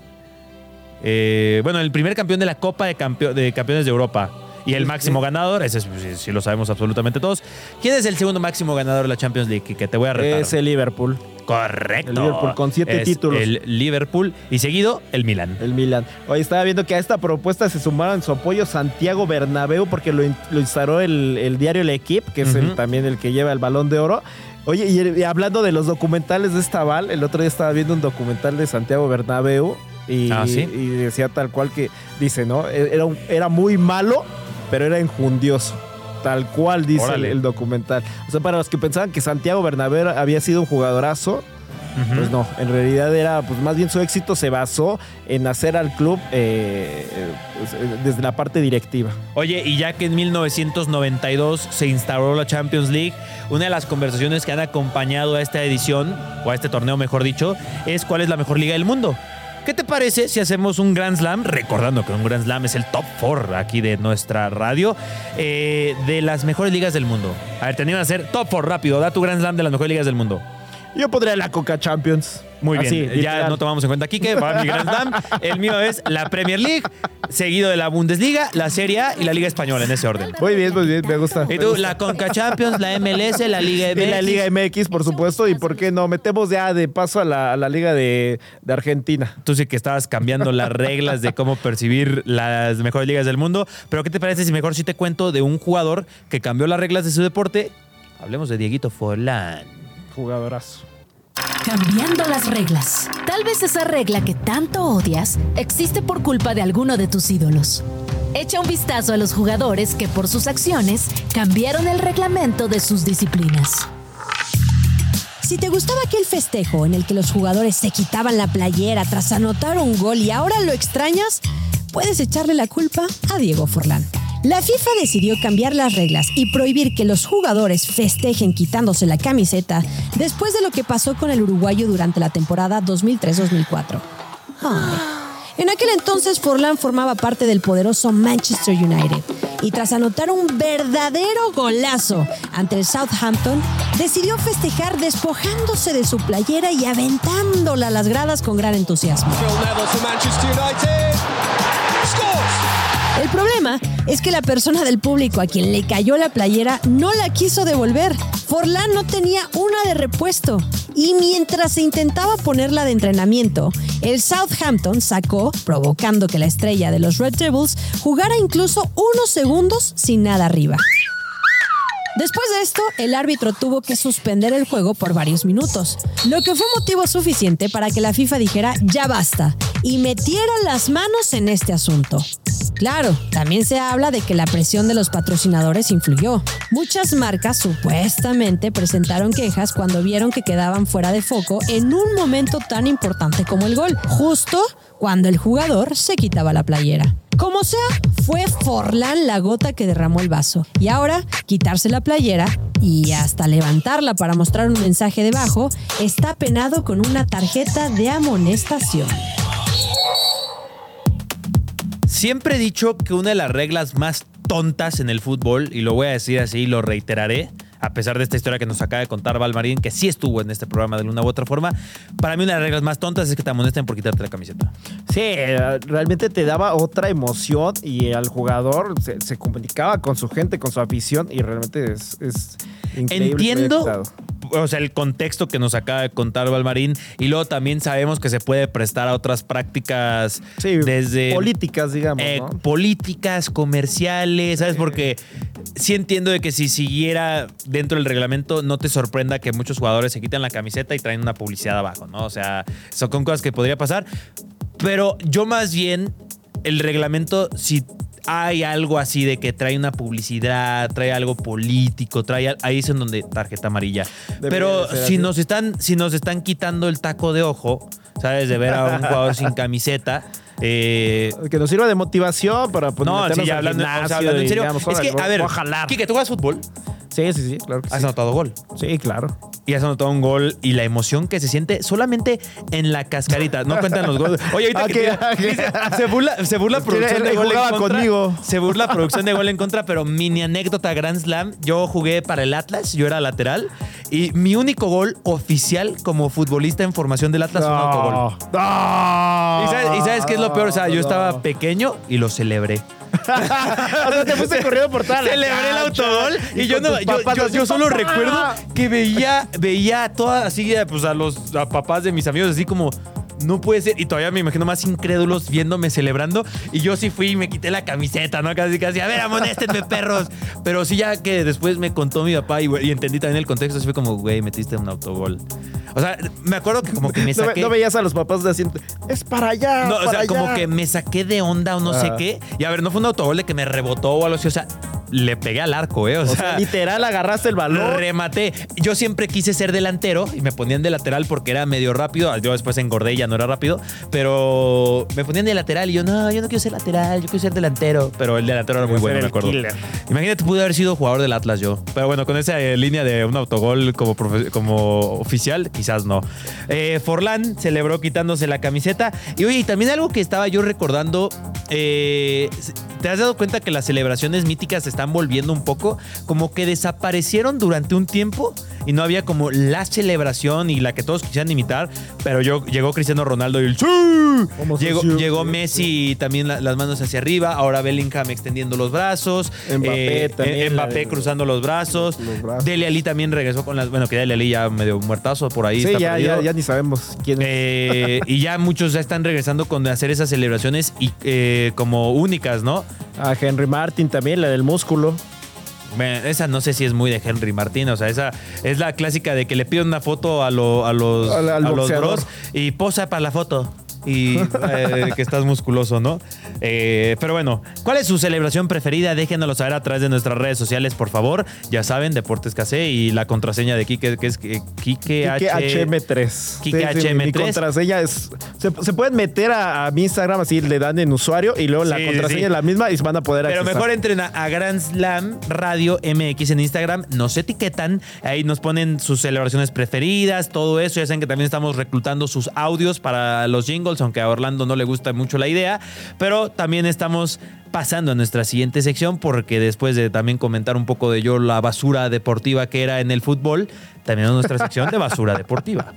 Speaker 3: El primer campeón de la Copa de Campeones de Europa y el máximo ganador, ese sí lo sabemos absolutamente todos. ¿Quién es el segundo máximo ganador de la Champions League? Que te voy a retar.
Speaker 4: Es el Liverpool.
Speaker 3: Correcto.
Speaker 4: El Liverpool con 7 títulos.
Speaker 3: El Liverpool y seguido el Milan.
Speaker 4: El Milan. Hoy estaba viendo que a esta propuesta se sumaron en su apoyo Santiago Bernabéu porque lo instauró el diario L'Equipe, que es también el que lleva el Balón de Oro. Oye, y hablando de los documentales de esta Val, el otro día estaba viendo un documental de Santiago Bernabéu. Y decía tal cual que dice, ¿no? Era muy malo, pero era injundioso. Tal cual dice el documental. O sea, para los que pensaban que Santiago Bernabéu había sido un jugadorazo, pues no, en realidad era, pues más bien su éxito se basó en hacer al club desde la parte directiva.
Speaker 3: Oye, y ya que en 1992 se instauró la Champions League, una de las conversaciones que han acompañado a esta edición, o a este torneo mejor dicho, es cuál es la mejor liga del mundo. ¿Qué te parece si hacemos un Grand Slam? Recordando que un Grand Slam es el top 4 aquí de nuestra radio, de las mejores ligas del mundo. A ver, te animas a hacer top 4 rápido. Da tu Grand Slam de las mejores ligas del mundo.
Speaker 4: Yo pondría la Conca Champions.
Speaker 3: Muy bien,
Speaker 4: Así,
Speaker 3: ya
Speaker 4: literal.
Speaker 3: no tomamos en cuenta aquí que va mi Grand Slam. El mío es la Premier League, seguido de la Bundesliga, la Serie A y la Liga Española, en ese orden.
Speaker 4: Muy bien, me gusta.
Speaker 3: Y tú, la Conca Champions, la MLS, la Liga MX.
Speaker 4: Y la Liga MX, por supuesto. ¿Y por qué no? Metemos ya de paso a la Liga de Argentina.
Speaker 3: Tú sí que estabas cambiando las reglas de cómo percibir las mejores ligas del mundo. Pero ¿qué te parece si mejor sí te cuento de un jugador que cambió las reglas de su deporte? Hablemos de Dieguito Forlán.
Speaker 4: Jugadorazo.
Speaker 1: Cambiando las reglas. Tal vez esa regla que tanto odias existe por culpa de alguno de tus ídolos. Echa un vistazo a los jugadores que por sus acciones cambiaron el reglamento de sus disciplinas.
Speaker 5: Si te gustaba aquel festejo en el que los jugadores se quitaban la playera tras anotar un gol y ahora lo extrañas, puedes echarle la culpa a Diego Forlán. La FIFA decidió cambiar las reglas y prohibir que los jugadores festejen quitándose la camiseta después de lo que pasó con el uruguayo durante la temporada 2003-2004. En aquel entonces Forlán formaba parte del poderoso Manchester United y tras anotar un verdadero golazo ante el Southampton, decidió festejar despojándose de su playera y aventándola a las gradas con gran entusiasmo. El problema es que la persona del público a quien le cayó la playera no la quiso devolver. Forlán no tenía una de repuesto y mientras se intentaba ponerla de entrenamiento, el Southampton sacó, provocando que la estrella de los Red Devils jugara incluso unos segundos sin nada arriba. Después de esto, el árbitro tuvo que suspender el juego por varios minutos, lo que fue motivo suficiente para que la FIFA dijera ya basta y metiera las manos en este asunto. Claro, también se habla de que la presión de los patrocinadores influyó. Muchas marcas supuestamente presentaron quejas cuando vieron que quedaban fuera de foco en un momento tan importante como el gol, justo cuando el jugador se quitaba la playera. Como sea, fue Forlán la gota que derramó el vaso. Y ahora, quitarse la playera y hasta levantarla para mostrar un mensaje debajo, está penado con una tarjeta de amonestación.
Speaker 3: Siempre he dicho que una de las reglas más tontas en el fútbol, y lo voy a decir así y lo reiteraré, a pesar de esta historia que nos acaba de contar Valmarín, que sí estuvo en este programa de una u otra forma, para mí una de las reglas más tontas es que te amonesten por quitarte la camiseta.
Speaker 4: Sí, realmente te daba otra emoción y al jugador se comunicaba con su gente, con su afición y realmente es increíble.
Speaker 3: Entiendo, o sea, el contexto que nos acaba de contar Valmarín, y luego también sabemos que se puede prestar a otras prácticas,
Speaker 4: sí,
Speaker 3: desde
Speaker 4: políticas, digamos, ¿no?
Speaker 3: Políticas, comerciales, ¿sabes? Porque sí entiendo de que si siguiera dentro del reglamento, no te sorprenda que muchos jugadores se quitan la camiseta y traen una publicidad abajo, ¿no? O sea, son cosas que podría pasar. Pero yo más bien, el reglamento, si hay algo así de que trae una publicidad, trae algo político, ahí es en donde tarjeta amarilla. Pero si nos están quitando el taco de ojo, ¿sabes? De ver a un jugador sin camiseta.
Speaker 4: Que nos sirva de motivación para
Speaker 3: no, sí, ya hablando en serio.
Speaker 4: Digamos,
Speaker 3: es que, a ver, Quique, ¿tú juegas fútbol?
Speaker 4: Sí, claro que sí.
Speaker 3: ¿Has anotado gol?
Speaker 4: Sí, claro.
Speaker 3: Y has anotado un gol y la emoción que se siente solamente en la cascarita. No cuentan los goles. Oye, ahorita se burla producción de gol en contra. Conmigo. Se burla producción de gol en contra, pero mini anécdota Grand Slam. Yo jugué para el Atlas, yo era lateral. Y mi único gol oficial como futbolista en formación del Atlas fue un autogol. ¿Y sabes qué es lo peor? O sea, yo estaba pequeño y lo celebré.
Speaker 4: O sea, te fuiste corriendo por toda la
Speaker 3: celebré el autogol y yo solo recuerdo que veía todas así, pues a los papás de mis amigos así como no puede ser, y todavía me imagino más incrédulos viéndome celebrando, y yo sí fui y me quité la camiseta, ¿no? Casi, a ver, amonéstenme, perros. Pero sí, ya que después me contó mi papá y entendí también el contexto, así fue como, güey, metiste un autogol. O sea, me acuerdo que como que me saqué...
Speaker 4: No veías a los papás diciendo, es para allá,
Speaker 3: no,
Speaker 4: para
Speaker 3: o sea,
Speaker 4: allá.
Speaker 3: como que me saqué de onda o no sé qué. Y a ver, no fue un autogol de que me rebotó o algo así, o sea, le pegué al arco, O sea,
Speaker 4: literal agarraste el balón.
Speaker 3: Rematé. Yo siempre quise ser delantero y me ponían de lateral porque era medio rápido. Yo después engordé y ya no era rápido, pero me ponían de lateral y yo no quiero ser lateral, yo quiero ser delantero. Pero el delantero era muy bueno, me acuerdo. Killer. Imagínate, pude haber sido jugador del Atlas yo. Pero bueno, con esa línea de un autogol como oficial, quizás no. Forlán celebró quitándose la camiseta. Y oye, y también algo que estaba yo recordando, ¿te has dado cuenta que las celebraciones míticas se están volviendo un poco como que desaparecieron durante un tiempo y no había como la celebración y la que todos quisieran imitar? Pero llegó Cristiano Ronaldo y el ¡sí! Llegó Messi y también las manos hacia arriba. Ahora Bellingham extendiendo los brazos. Mbappé cruzando los brazos. Dele Alli también regresó con las... Bueno, que Dele Alli ya medio muertazo por ahí.
Speaker 4: Sí, ya ni sabemos quién es.
Speaker 3: Y ya muchos ya están regresando con hacer esas celebraciones y como únicas, ¿no?
Speaker 4: A Henry Martin también, la del músculo.
Speaker 3: Esa no sé si es muy de Henry Martin, o sea, esa es la clásica de que le piden una foto a los bros y posa para la foto. Y que estás musculoso, ¿no? Pero bueno, ¿cuál es su celebración preferida? Déjenoslo saber a través de nuestras redes sociales, por favor. Ya saben, Deportes KC y la contraseña de Quique, que es Quique
Speaker 4: HM3.
Speaker 3: Quique HM3.
Speaker 4: Mi contraseña es... Se pueden meter a mi Instagram, así le dan en usuario y luego la contraseña es la misma y se van a poder accesar.
Speaker 3: Pero mejor entren a Grand Slam Radio MX en Instagram, nos etiquetan, ahí nos ponen sus celebraciones preferidas, todo eso. Ya saben que también estamos reclutando sus audios para los jingles, aunque a Orlando no le gusta mucho la idea, pero también estamos pasando a nuestra siguiente sección porque después de también comentar un poco de yo la basura deportiva que era en el fútbol, también a nuestra sección de basura deportiva.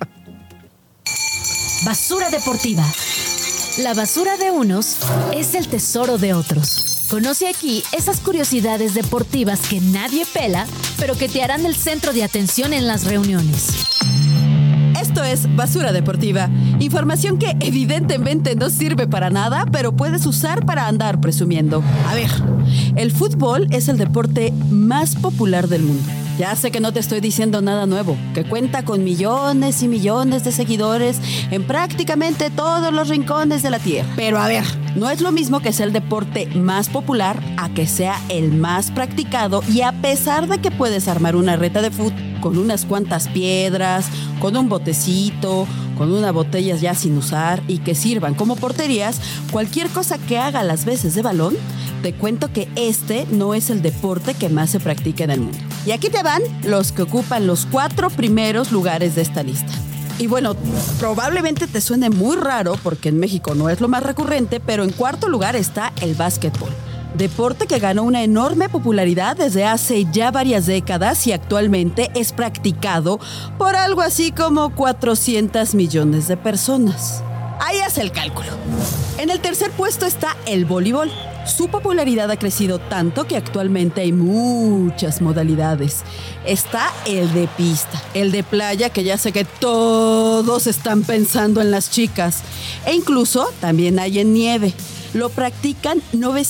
Speaker 1: Basura deportiva. La basura de unos es el tesoro de otros. Conoce aquí esas curiosidades deportivas que nadie pela, pero que te harán el centro de atención en las reuniones.
Speaker 6: Esto es Basura Deportiva, información que evidentemente no sirve para nada, pero puedes usar para andar presumiendo. A ver, el fútbol es el deporte más popular del mundo. Ya sé que no te estoy diciendo nada nuevo, que cuenta con millones y millones de seguidores en prácticamente todos los rincones de la tierra. Pero a ver, no es lo mismo que sea el deporte más popular a que sea el más practicado, y a pesar de que puedes armar una reta de fútbol con unas cuantas piedras, con un botecito, con una botella ya sin usar y que sirvan como porterías, cualquier cosa que haga las veces de balón, te cuento que este no es el deporte que más se practica en el mundo. Y aquí te van los que ocupan los 4 primeros lugares de esta lista. Y bueno, probablemente te suene muy raro porque en México no es lo más recurrente, pero en cuarto lugar está el básquetbol. Deporte que ganó una enorme popularidad desde hace ya varias décadas y actualmente es practicado por algo así como 400 millones de personas. Ahí hace el cálculo. En el tercer puesto está el voleibol. Su popularidad ha crecido tanto que actualmente hay muchas modalidades. Está el de pista, el de playa, que ya sé que todos están pensando en las chicas. E incluso también hay en nieve. Lo practican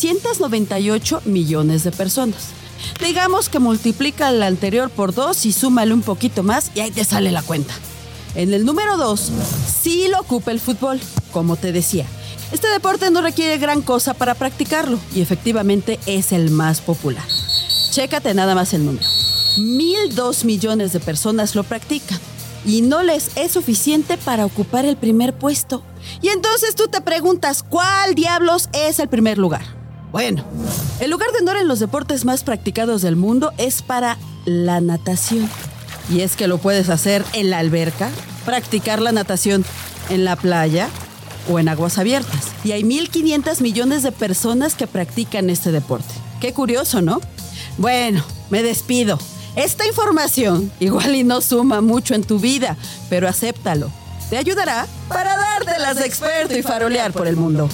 Speaker 6: 998 millones de personas. Digamos que multiplica el anterior por 2 y súmale un poquito más y ahí te sale la cuenta. En el número 2, sí lo ocupa el fútbol, como te decía. Este deporte no requiere gran cosa para practicarlo y efectivamente es el más popular. Chécate nada más el número. 1,002 millones de personas lo practican y no les es suficiente para ocupar el primer puesto. Y entonces tú te preguntas, ¿cuál diablos es el primer lugar? Bueno, el lugar de honor en los deportes más practicados del mundo es para la natación. Y es que lo puedes hacer en la alberca, practicar la natación en la playa o en aguas abiertas. Y hay 1,500 millones de personas que practican este deporte. Qué curioso, ¿no? Bueno, me despido. Esta información igual y no suma mucho en tu vida, pero acéptalo. Te ayudará para dártelas de experto y farolear por el mundo.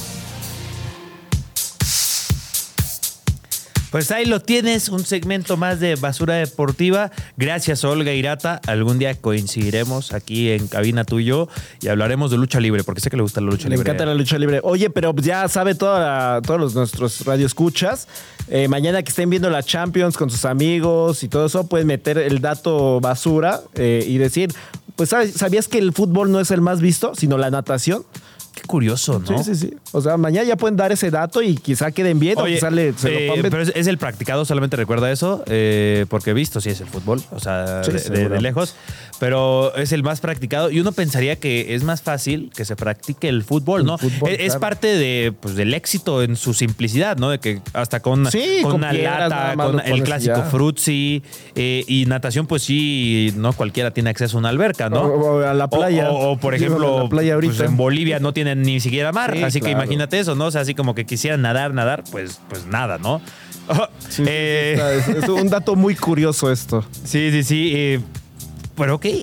Speaker 3: Pues ahí lo tienes, un segmento más de Basura Deportiva. Gracias, Olga Irata. Algún día coincidiremos aquí en cabina tú y yo y hablaremos de lucha libre, porque sé que le gusta la lucha libre.
Speaker 4: Le encanta la lucha libre. Oye, pero ya sabe todos nuestros radioescuchas. Mañana que estén viendo la Champions con sus amigos y todo eso, pueden meter el dato basura y decir, pues, ¿sabías que el fútbol no es el más visto, sino la natación?
Speaker 3: Qué curioso, ¿no?
Speaker 4: Sí. O sea, mañana ya pueden dar ese dato y quizá queden bien o quizá se lo tomen.
Speaker 3: Pero es el practicado, solamente recuerda eso, porque he visto, sí es el fútbol, o sea, de lejos, pero es el más practicado y uno pensaría que es más fácil que se practique el fútbol, ¿no? Es parte del éxito en su simplicidad, ¿no? De que hasta con una lata, con el clásico frutzi y natación, pues sí, no cualquiera tiene acceso a una alberca, ¿no?
Speaker 4: O a la playa.
Speaker 3: O por ejemplo,
Speaker 4: la playa
Speaker 3: pues en Bolivia no tienen ni siquiera mar, así que imagínate eso, ¿no? O sea, así como que quisieran nadar, pues nada, ¿no?
Speaker 4: Es un dato muy curioso esto.
Speaker 3: Sí. Pero ok,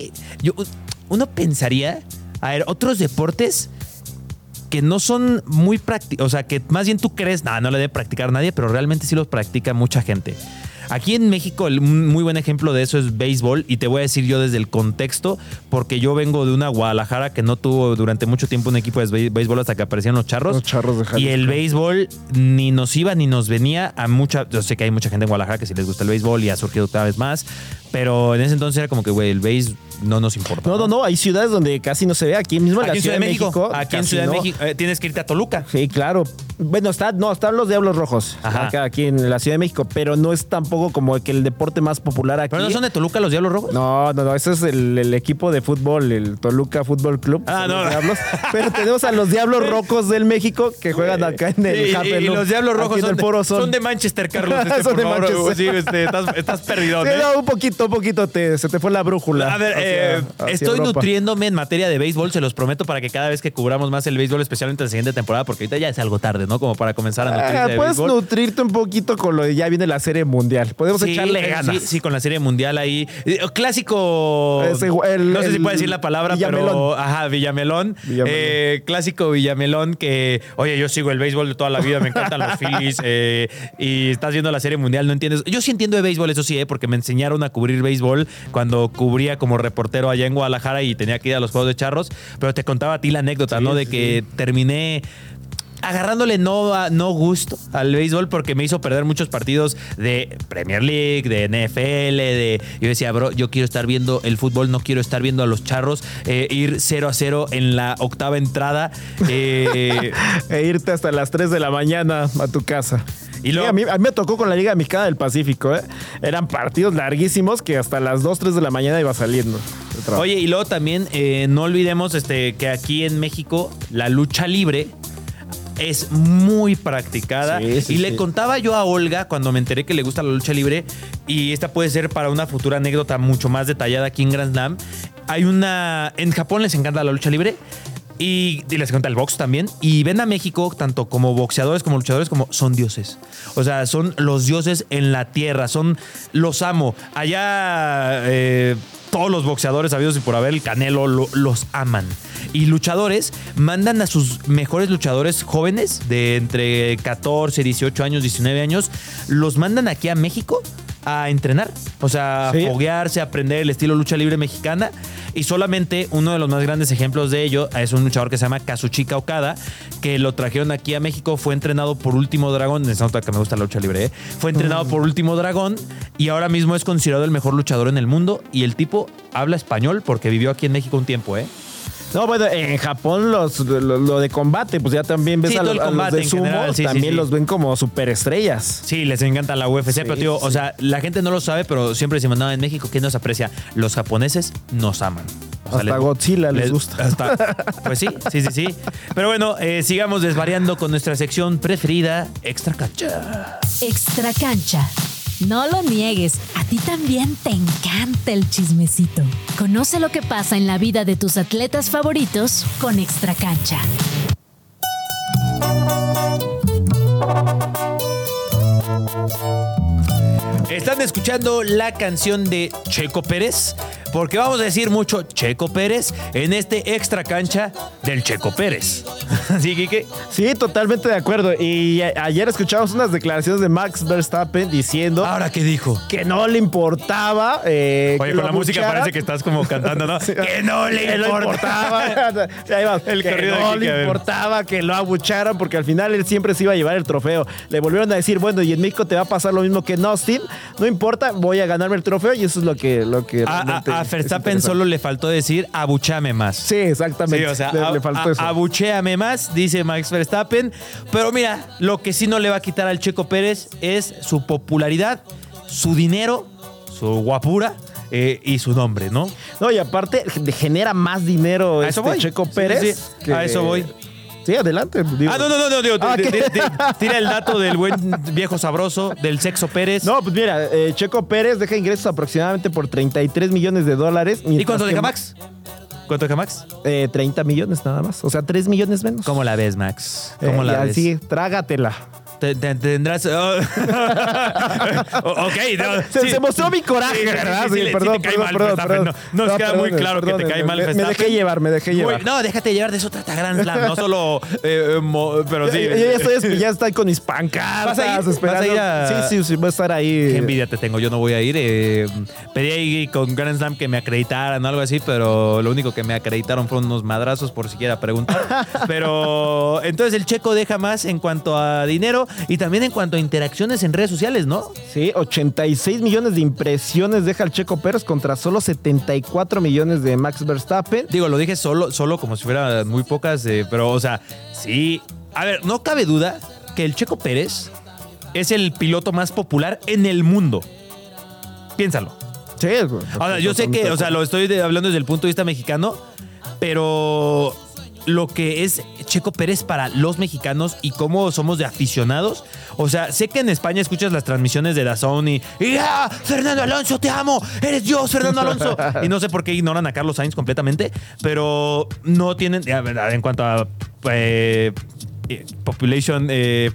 Speaker 3: uno pensaría, a ver, otros deportes que no son muy prácticos, o sea, que más bien tú crees, no le debe practicar nadie, pero realmente sí los practica mucha gente. Aquí en México, un muy buen ejemplo de eso es béisbol, y te voy a decir yo desde el contexto, porque yo vengo de una Guadalajara que no tuvo durante mucho tiempo un equipo de béisbol hasta que aparecieron los Charros.
Speaker 4: Los Charros de Jalisco.
Speaker 3: Y el béisbol ni nos iba ni nos venía a mucha... Yo sé que hay mucha gente en Guadalajara que sí les gusta el béisbol y ha surgido cada vez más, pero en ese entonces era como que, güey, el béis no nos importa.
Speaker 4: No, hay ciudades donde casi no se ve. Aquí mismo en la Ciudad de México.
Speaker 3: Aquí en Ciudad de México tienes que irte a Toluca.
Speaker 4: Sí, claro. Bueno, están los Diablos Rojos aquí en la Ciudad de México, pero no es tampoco como que el deporte más popular aquí.
Speaker 3: ¿Pero no son de Toluca los Diablos Rojos?
Speaker 4: No, ese es el equipo de fútbol, el Toluca Fútbol Club.
Speaker 3: No.
Speaker 4: Diablos. Pero tenemos a los Diablos Rojos del México que juegan acá en el
Speaker 3: Happy. Y los Diablos Rojos son de Manchester, Carlos.
Speaker 4: Son de Manchester.
Speaker 3: Sí, estás perdido.
Speaker 4: Sí, un poquito se te fue la brújula.
Speaker 3: A ver, estoy nutriéndome en materia de béisbol, se los prometo, para que cada vez que cubramos más el béisbol, especialmente en la siguiente temporada, porque ahorita ya es algo tarde, ¿no? Como para comenzar a nutrirse de
Speaker 4: puedes
Speaker 3: béisbol.
Speaker 4: Nutrirte un poquito con lo de ya viene la Serie Mundial. Podemos echarle ganas.
Speaker 3: Sí, con la Serie Mundial ahí. Clásico. No sé si puedo decir la palabra,
Speaker 4: Villamelón.
Speaker 3: pero. Ajá, Villamelón. Clásico Villamelón, que, oye, yo sigo el béisbol de toda la vida, me encantan los Phillies, y estás viendo la Serie Mundial, no entiendes. Yo sí entiendo de béisbol, eso sí, porque me enseñaron a cubrir béisbol cuando cubría como reportero allá en Guadalajara y tenía que ir a los Juegos de Charros, pero te contaba a ti la anécdota, ¿no? De que terminé agarrándole no gusto al béisbol porque me hizo perder muchos partidos de Premier League, de NFL, yo decía, bro, yo quiero estar viendo el fútbol, no quiero estar viendo a los Charros ir 0-0 en la octava entrada.
Speaker 4: E irte hasta las 3 de la mañana a tu casa.
Speaker 3: Y luego,
Speaker 4: a mí me tocó con la Liga Mexicana del Pacífico, Eran partidos larguísimos que hasta las 2, 3 de la mañana iba saliendo.
Speaker 3: Oye, y luego también no olvidemos que aquí en México la lucha libre es muy practicada. Sí, le contaba yo a Olga cuando me enteré que le gusta la lucha libre, y esta puede ser para una futura anécdota mucho más detallada aquí en Grand Slam. En Japón les encanta la lucha libre y les encanta el box también, y ven a México tanto como boxeadores como luchadores como son dioses. O sea, son los dioses en la tierra, los amo. Allá todos los boxeadores habidos y por haber, el Canelo, los aman. Y luchadores mandan a sus mejores luchadores jóvenes de entre 14, 18 años, 19 años, los mandan aquí a México a entrenar, o sea, a foguearse, a aprender el estilo lucha libre mexicana. Y solamente uno de los más grandes ejemplos de ello es un luchador que se llama Kazuchika Okada, que lo trajeron aquí a México, fue entrenado por Último Dragón. Se nota que me gusta la lucha libre, Fue entrenado por Último Dragón y ahora mismo es considerado el mejor luchador en el mundo, y el tipo habla español porque vivió aquí en México un tiempo,
Speaker 4: No, bueno, en Japón lo de combate, pues ya también ves a los de sumo, general, también los ven como superestrellas.
Speaker 3: Sí, les encanta la UFC, pero tío, o sea, la gente no lo sabe, pero siempre decimos, no, en México, ¿quién nos aprecia? Los japoneses nos aman.
Speaker 4: O sea, hasta Godzilla les gusta.
Speaker 3: Pues sí. Pero bueno, sigamos desvariando con nuestra sección preferida, Extra Cancha.
Speaker 1: Extra Cancha. No lo niegues, a ti también te encanta el chismecito. Conoce lo que pasa en la vida de tus atletas favoritos con Extra Cancha.
Speaker 3: Están escuchando la canción de Checo Pérez, porque vamos a decir mucho Checo Pérez en este Extra Cancha del Checo Pérez. ¿Sí, Quique?
Speaker 4: Sí, totalmente de acuerdo. Y ayer escuchamos unas declaraciones de Max Verstappen diciendo...
Speaker 3: ¿Ahora qué dijo?
Speaker 4: Que no le importaba...
Speaker 3: Oye, con la música parece que estás como cantando, ¿no?
Speaker 4: Sí.
Speaker 3: Que no le importaba.
Speaker 4: Ahí va. El que no le importaba que lo abucharan, porque al final él siempre se iba a llevar el trofeo. Le volvieron a decir, bueno, y en México te va a pasar lo mismo que en Austin. No importa, voy a ganarme el trofeo, y eso es lo que realmente...
Speaker 3: A Verstappen solo le faltó decir abuchéame más.
Speaker 4: Sí, exactamente.
Speaker 3: Sí, o sea,
Speaker 4: le faltó eso.
Speaker 3: abuchéame más, dice Max Verstappen. Pero mira, lo que sí no le va a quitar al Checo Pérez es su popularidad, su dinero, su guapura y su nombre, ¿no?
Speaker 4: No, y aparte genera más dinero
Speaker 3: A eso voy.
Speaker 4: Checo
Speaker 3: Sí,
Speaker 4: Pérez.
Speaker 3: sí, a eso voy.
Speaker 4: Sí, adelante. Digo.
Speaker 3: No, digo,
Speaker 4: ¿qué?
Speaker 3: tira el dato del buen viejo sabroso, del sexo Pérez.
Speaker 4: No, pues mira, Checo Pérez deja ingresos aproximadamente por $33 millones.
Speaker 3: ¿Y cuánto deja Max? ¿Cuánto deja Max?
Speaker 4: 30 millones nada más. O sea, 3 millones menos.
Speaker 3: ¿Cómo la ves, Max? ¿Cómo la ves?
Speaker 4: Así, trágatela.
Speaker 3: Tendrás. Ok.
Speaker 4: Se mostró mi coraje, ¿verdad? Sí, perdón.
Speaker 3: Nos queda muy claro que te cae mal Verstappen.
Speaker 4: Me dejé llevar.
Speaker 3: No, déjate llevar, de eso trata Grand Slam. No solo. Pero sí.
Speaker 4: Ya estoy con mis pancartas.
Speaker 3: ¿Vas a ir?
Speaker 4: Esperando. Sí, voy a estar ahí.
Speaker 3: Qué envidia te tengo, yo no voy a ir. Pedí ahí con Grand Slam que me acreditaran o algo así, pero lo único que me acreditaron fueron unos madrazos por siquiera preguntar. Pero entonces el Checo deja más en cuanto a dinero y también en cuanto a interacciones en redes sociales, ¿no?
Speaker 4: Sí, 86 millones de impresiones deja el Checo Pérez contra solo 74 millones de Max Verstappen.
Speaker 3: Digo, lo dije solo como si fueran muy pocas, pero, o sea, sí. A ver, no cabe duda que el Checo Pérez es el piloto más popular en el mundo. Piénsalo.
Speaker 4: Sí,
Speaker 3: Ahora, yo sé que, o sea, lo estoy hablando desde el punto de vista mexicano, pero lo que es Checo Pérez para los mexicanos y cómo somos de aficionados. O sea, sé que en España escuchas las transmisiones de DAZN y Fernando Alonso, te amo, eres Dios, Fernando Alonso. Y no sé por qué ignoran a Carlos Sainz completamente, pero no tienen, en cuanto a población.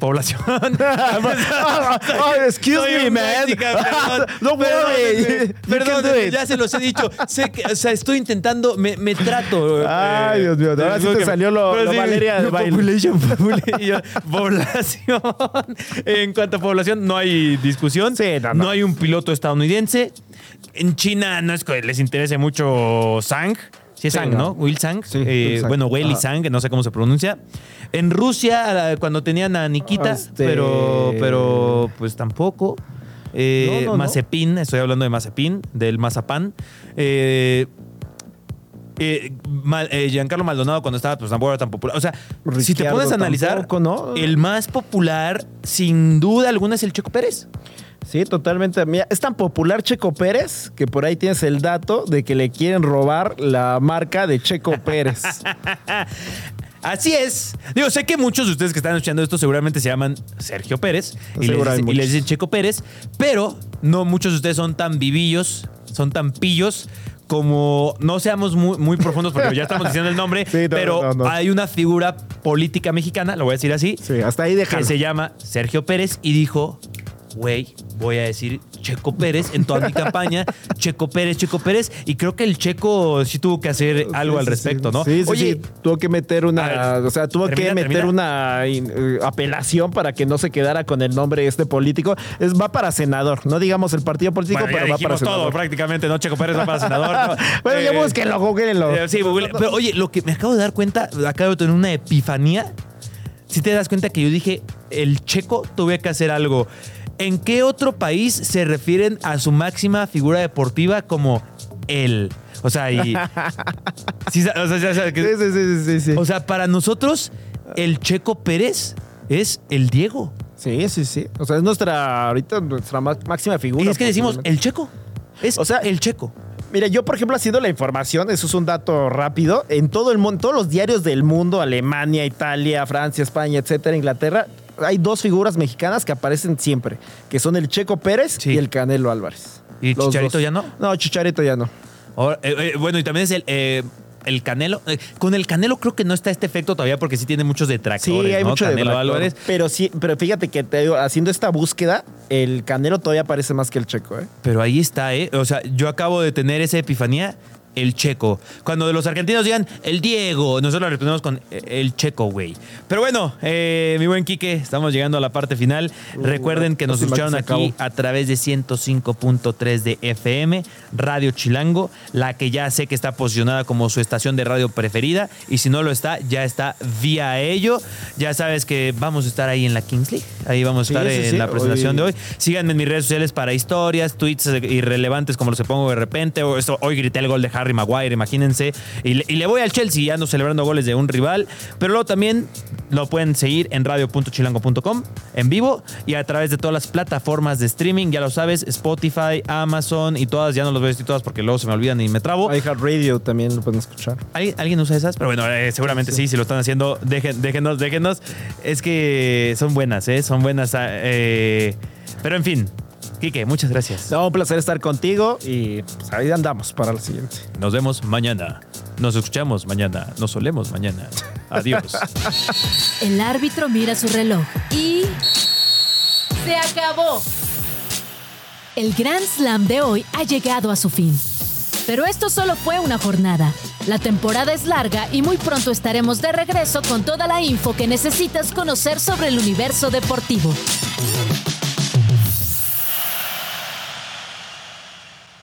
Speaker 4: Excuse me, man. No worry.
Speaker 3: Perdón, ya se los he dicho. Sé que, o sea, estoy intentando, me trato.
Speaker 4: Ay, Dios mío. Ahora sí te salió lo Valeria del baile.
Speaker 3: Población. En cuanto a población, no hay discusión.
Speaker 4: Sí,
Speaker 3: no hay un piloto estadounidense. En China no es que les interese mucho Zhang. Sí, es Zhang, ¿no? Will Zhang.
Speaker 4: Sí, Will Zhang.
Speaker 3: Bueno, Weili Zhang, no sé cómo se pronuncia. En Rusia, cuando tenían a Nikita, pero pues tampoco.
Speaker 4: No.
Speaker 3: Mazepin, estoy hablando de Mazepin, del Mazapán. Giancarlo Maldonado cuando estaba, pues tampoco era tan popular. O sea, si te pones a analizar,
Speaker 4: tampoco, ¿no?
Speaker 3: el más popular, sin duda alguna, es el Checo Pérez.
Speaker 4: Sí, totalmente. Mira, es tan popular Checo Pérez que por ahí tienes el dato de que le quieren robar la marca de Checo Pérez.
Speaker 3: Así es. Digo, sé que muchos de ustedes que están escuchando esto seguramente se llaman Sergio Pérez y les dicen Checo Pérez, pero no muchos de ustedes son tan vivillos, son tan pillos como, no seamos muy profundos porque ya estamos diciendo el nombre,
Speaker 4: sí,
Speaker 3: pero hay una figura política mexicana, lo voy a decir así,
Speaker 4: sí, hasta ahí déjalo,
Speaker 3: que se llama Sergio Pérez y dijo, güey, voy a decir Checo Pérez en toda mi campaña, Checo Pérez, y creo que el Checo sí tuvo que hacer algo al respecto, ¿no?
Speaker 4: Sí,
Speaker 3: Oye,
Speaker 4: tuvo que meter una apelación para que no se quedara con el nombre de este político. Va para senador, no digamos el partido político,
Speaker 3: bueno,
Speaker 4: pero va para senador.
Speaker 3: Todo prácticamente, ¿no? Checo Pérez va para senador. ¿No?
Speaker 4: Bueno, ya búsquenlo, googleenlo.
Speaker 3: Sí, pero oye, lo que me acabo de dar cuenta, acabo de tener una epifanía. Si te das cuenta que yo dije, el Checo tuve que hacer algo. ¿En qué otro país se refieren a su máxima figura deportiva como él? O sea, sí. O sea, para nosotros, el Checo Pérez es el Diego.
Speaker 4: Sí. O sea, es nuestra máxima figura.
Speaker 3: Y es que decimos, el Checo. El Checo.
Speaker 4: Mira, yo, por ejemplo, haciendo la información, eso es un dato rápido, en todo el mundo, todos los diarios del mundo, Alemania, Italia, Francia, España, etcétera, Inglaterra, hay dos figuras mexicanas que aparecen siempre, que son el Checo Pérez y el Canelo Álvarez.
Speaker 3: ¿Y Chicharito ya no?
Speaker 4: No, Chicharito ya no.
Speaker 3: Ahora, bueno, y también es el Canelo. Con el Canelo creo que no está este efecto todavía porque sí tiene muchos detractores.
Speaker 4: Sí, hay mucho
Speaker 3: Canelo
Speaker 4: detractor,
Speaker 3: Álvarez.
Speaker 4: Pero fíjate que haciendo esta búsqueda, el Canelo todavía parece más que el Checo, ¿eh?
Speaker 3: Pero ahí está, ¿eh? O sea, yo acabo de tener esa epifanía el Checo. Cuando los argentinos digan el Diego, nosotros lo respondemos con el Checo, güey. Pero bueno, mi buen Quique, estamos llegando a la parte final. Recuerden que nos escucharon aquí a través de 105.3 de FM, Radio Chilango, la que ya sé que está posicionada como su estación de radio preferida. Y si no lo está, ya está vía ello. Ya sabes que vamos a estar ahí en la Kings League. Ahí vamos a estar en la presentación de hoy. Síganme en mis redes sociales para historias, tweets irrelevantes como los que pongo de repente. Hoy grité el gol de Harry Maguire, imagínense. Y le voy al Chelsea, ya ando celebrando goles de un rival. Pero luego también lo pueden seguir en radio.chilango.com en vivo y a través de todas las plataformas de streaming. Ya lo sabes, Spotify, Amazon y todas. Ya no los voy a decir todas porque luego se me olvidan y me trabo.
Speaker 4: iHeartRadio también lo pueden escuchar.
Speaker 3: ¿Alguien usa esas? Pero bueno, seguramente sí, si lo están haciendo, déjenos. Es que son buenas, son buenas. Pero en fin, Quique, muchas gracias.
Speaker 4: No, un placer estar contigo y pues ahí andamos para la siguiente.
Speaker 3: Nos vemos mañana. Nos escuchamos mañana. Nos solemos mañana. Adiós.
Speaker 1: El árbitro mira su reloj y... ¡se acabó! El Grand Slam de hoy ha llegado a su fin. Pero esto solo fue una jornada. La temporada es larga y muy pronto estaremos de regreso con toda la info que necesitas conocer sobre el universo deportivo.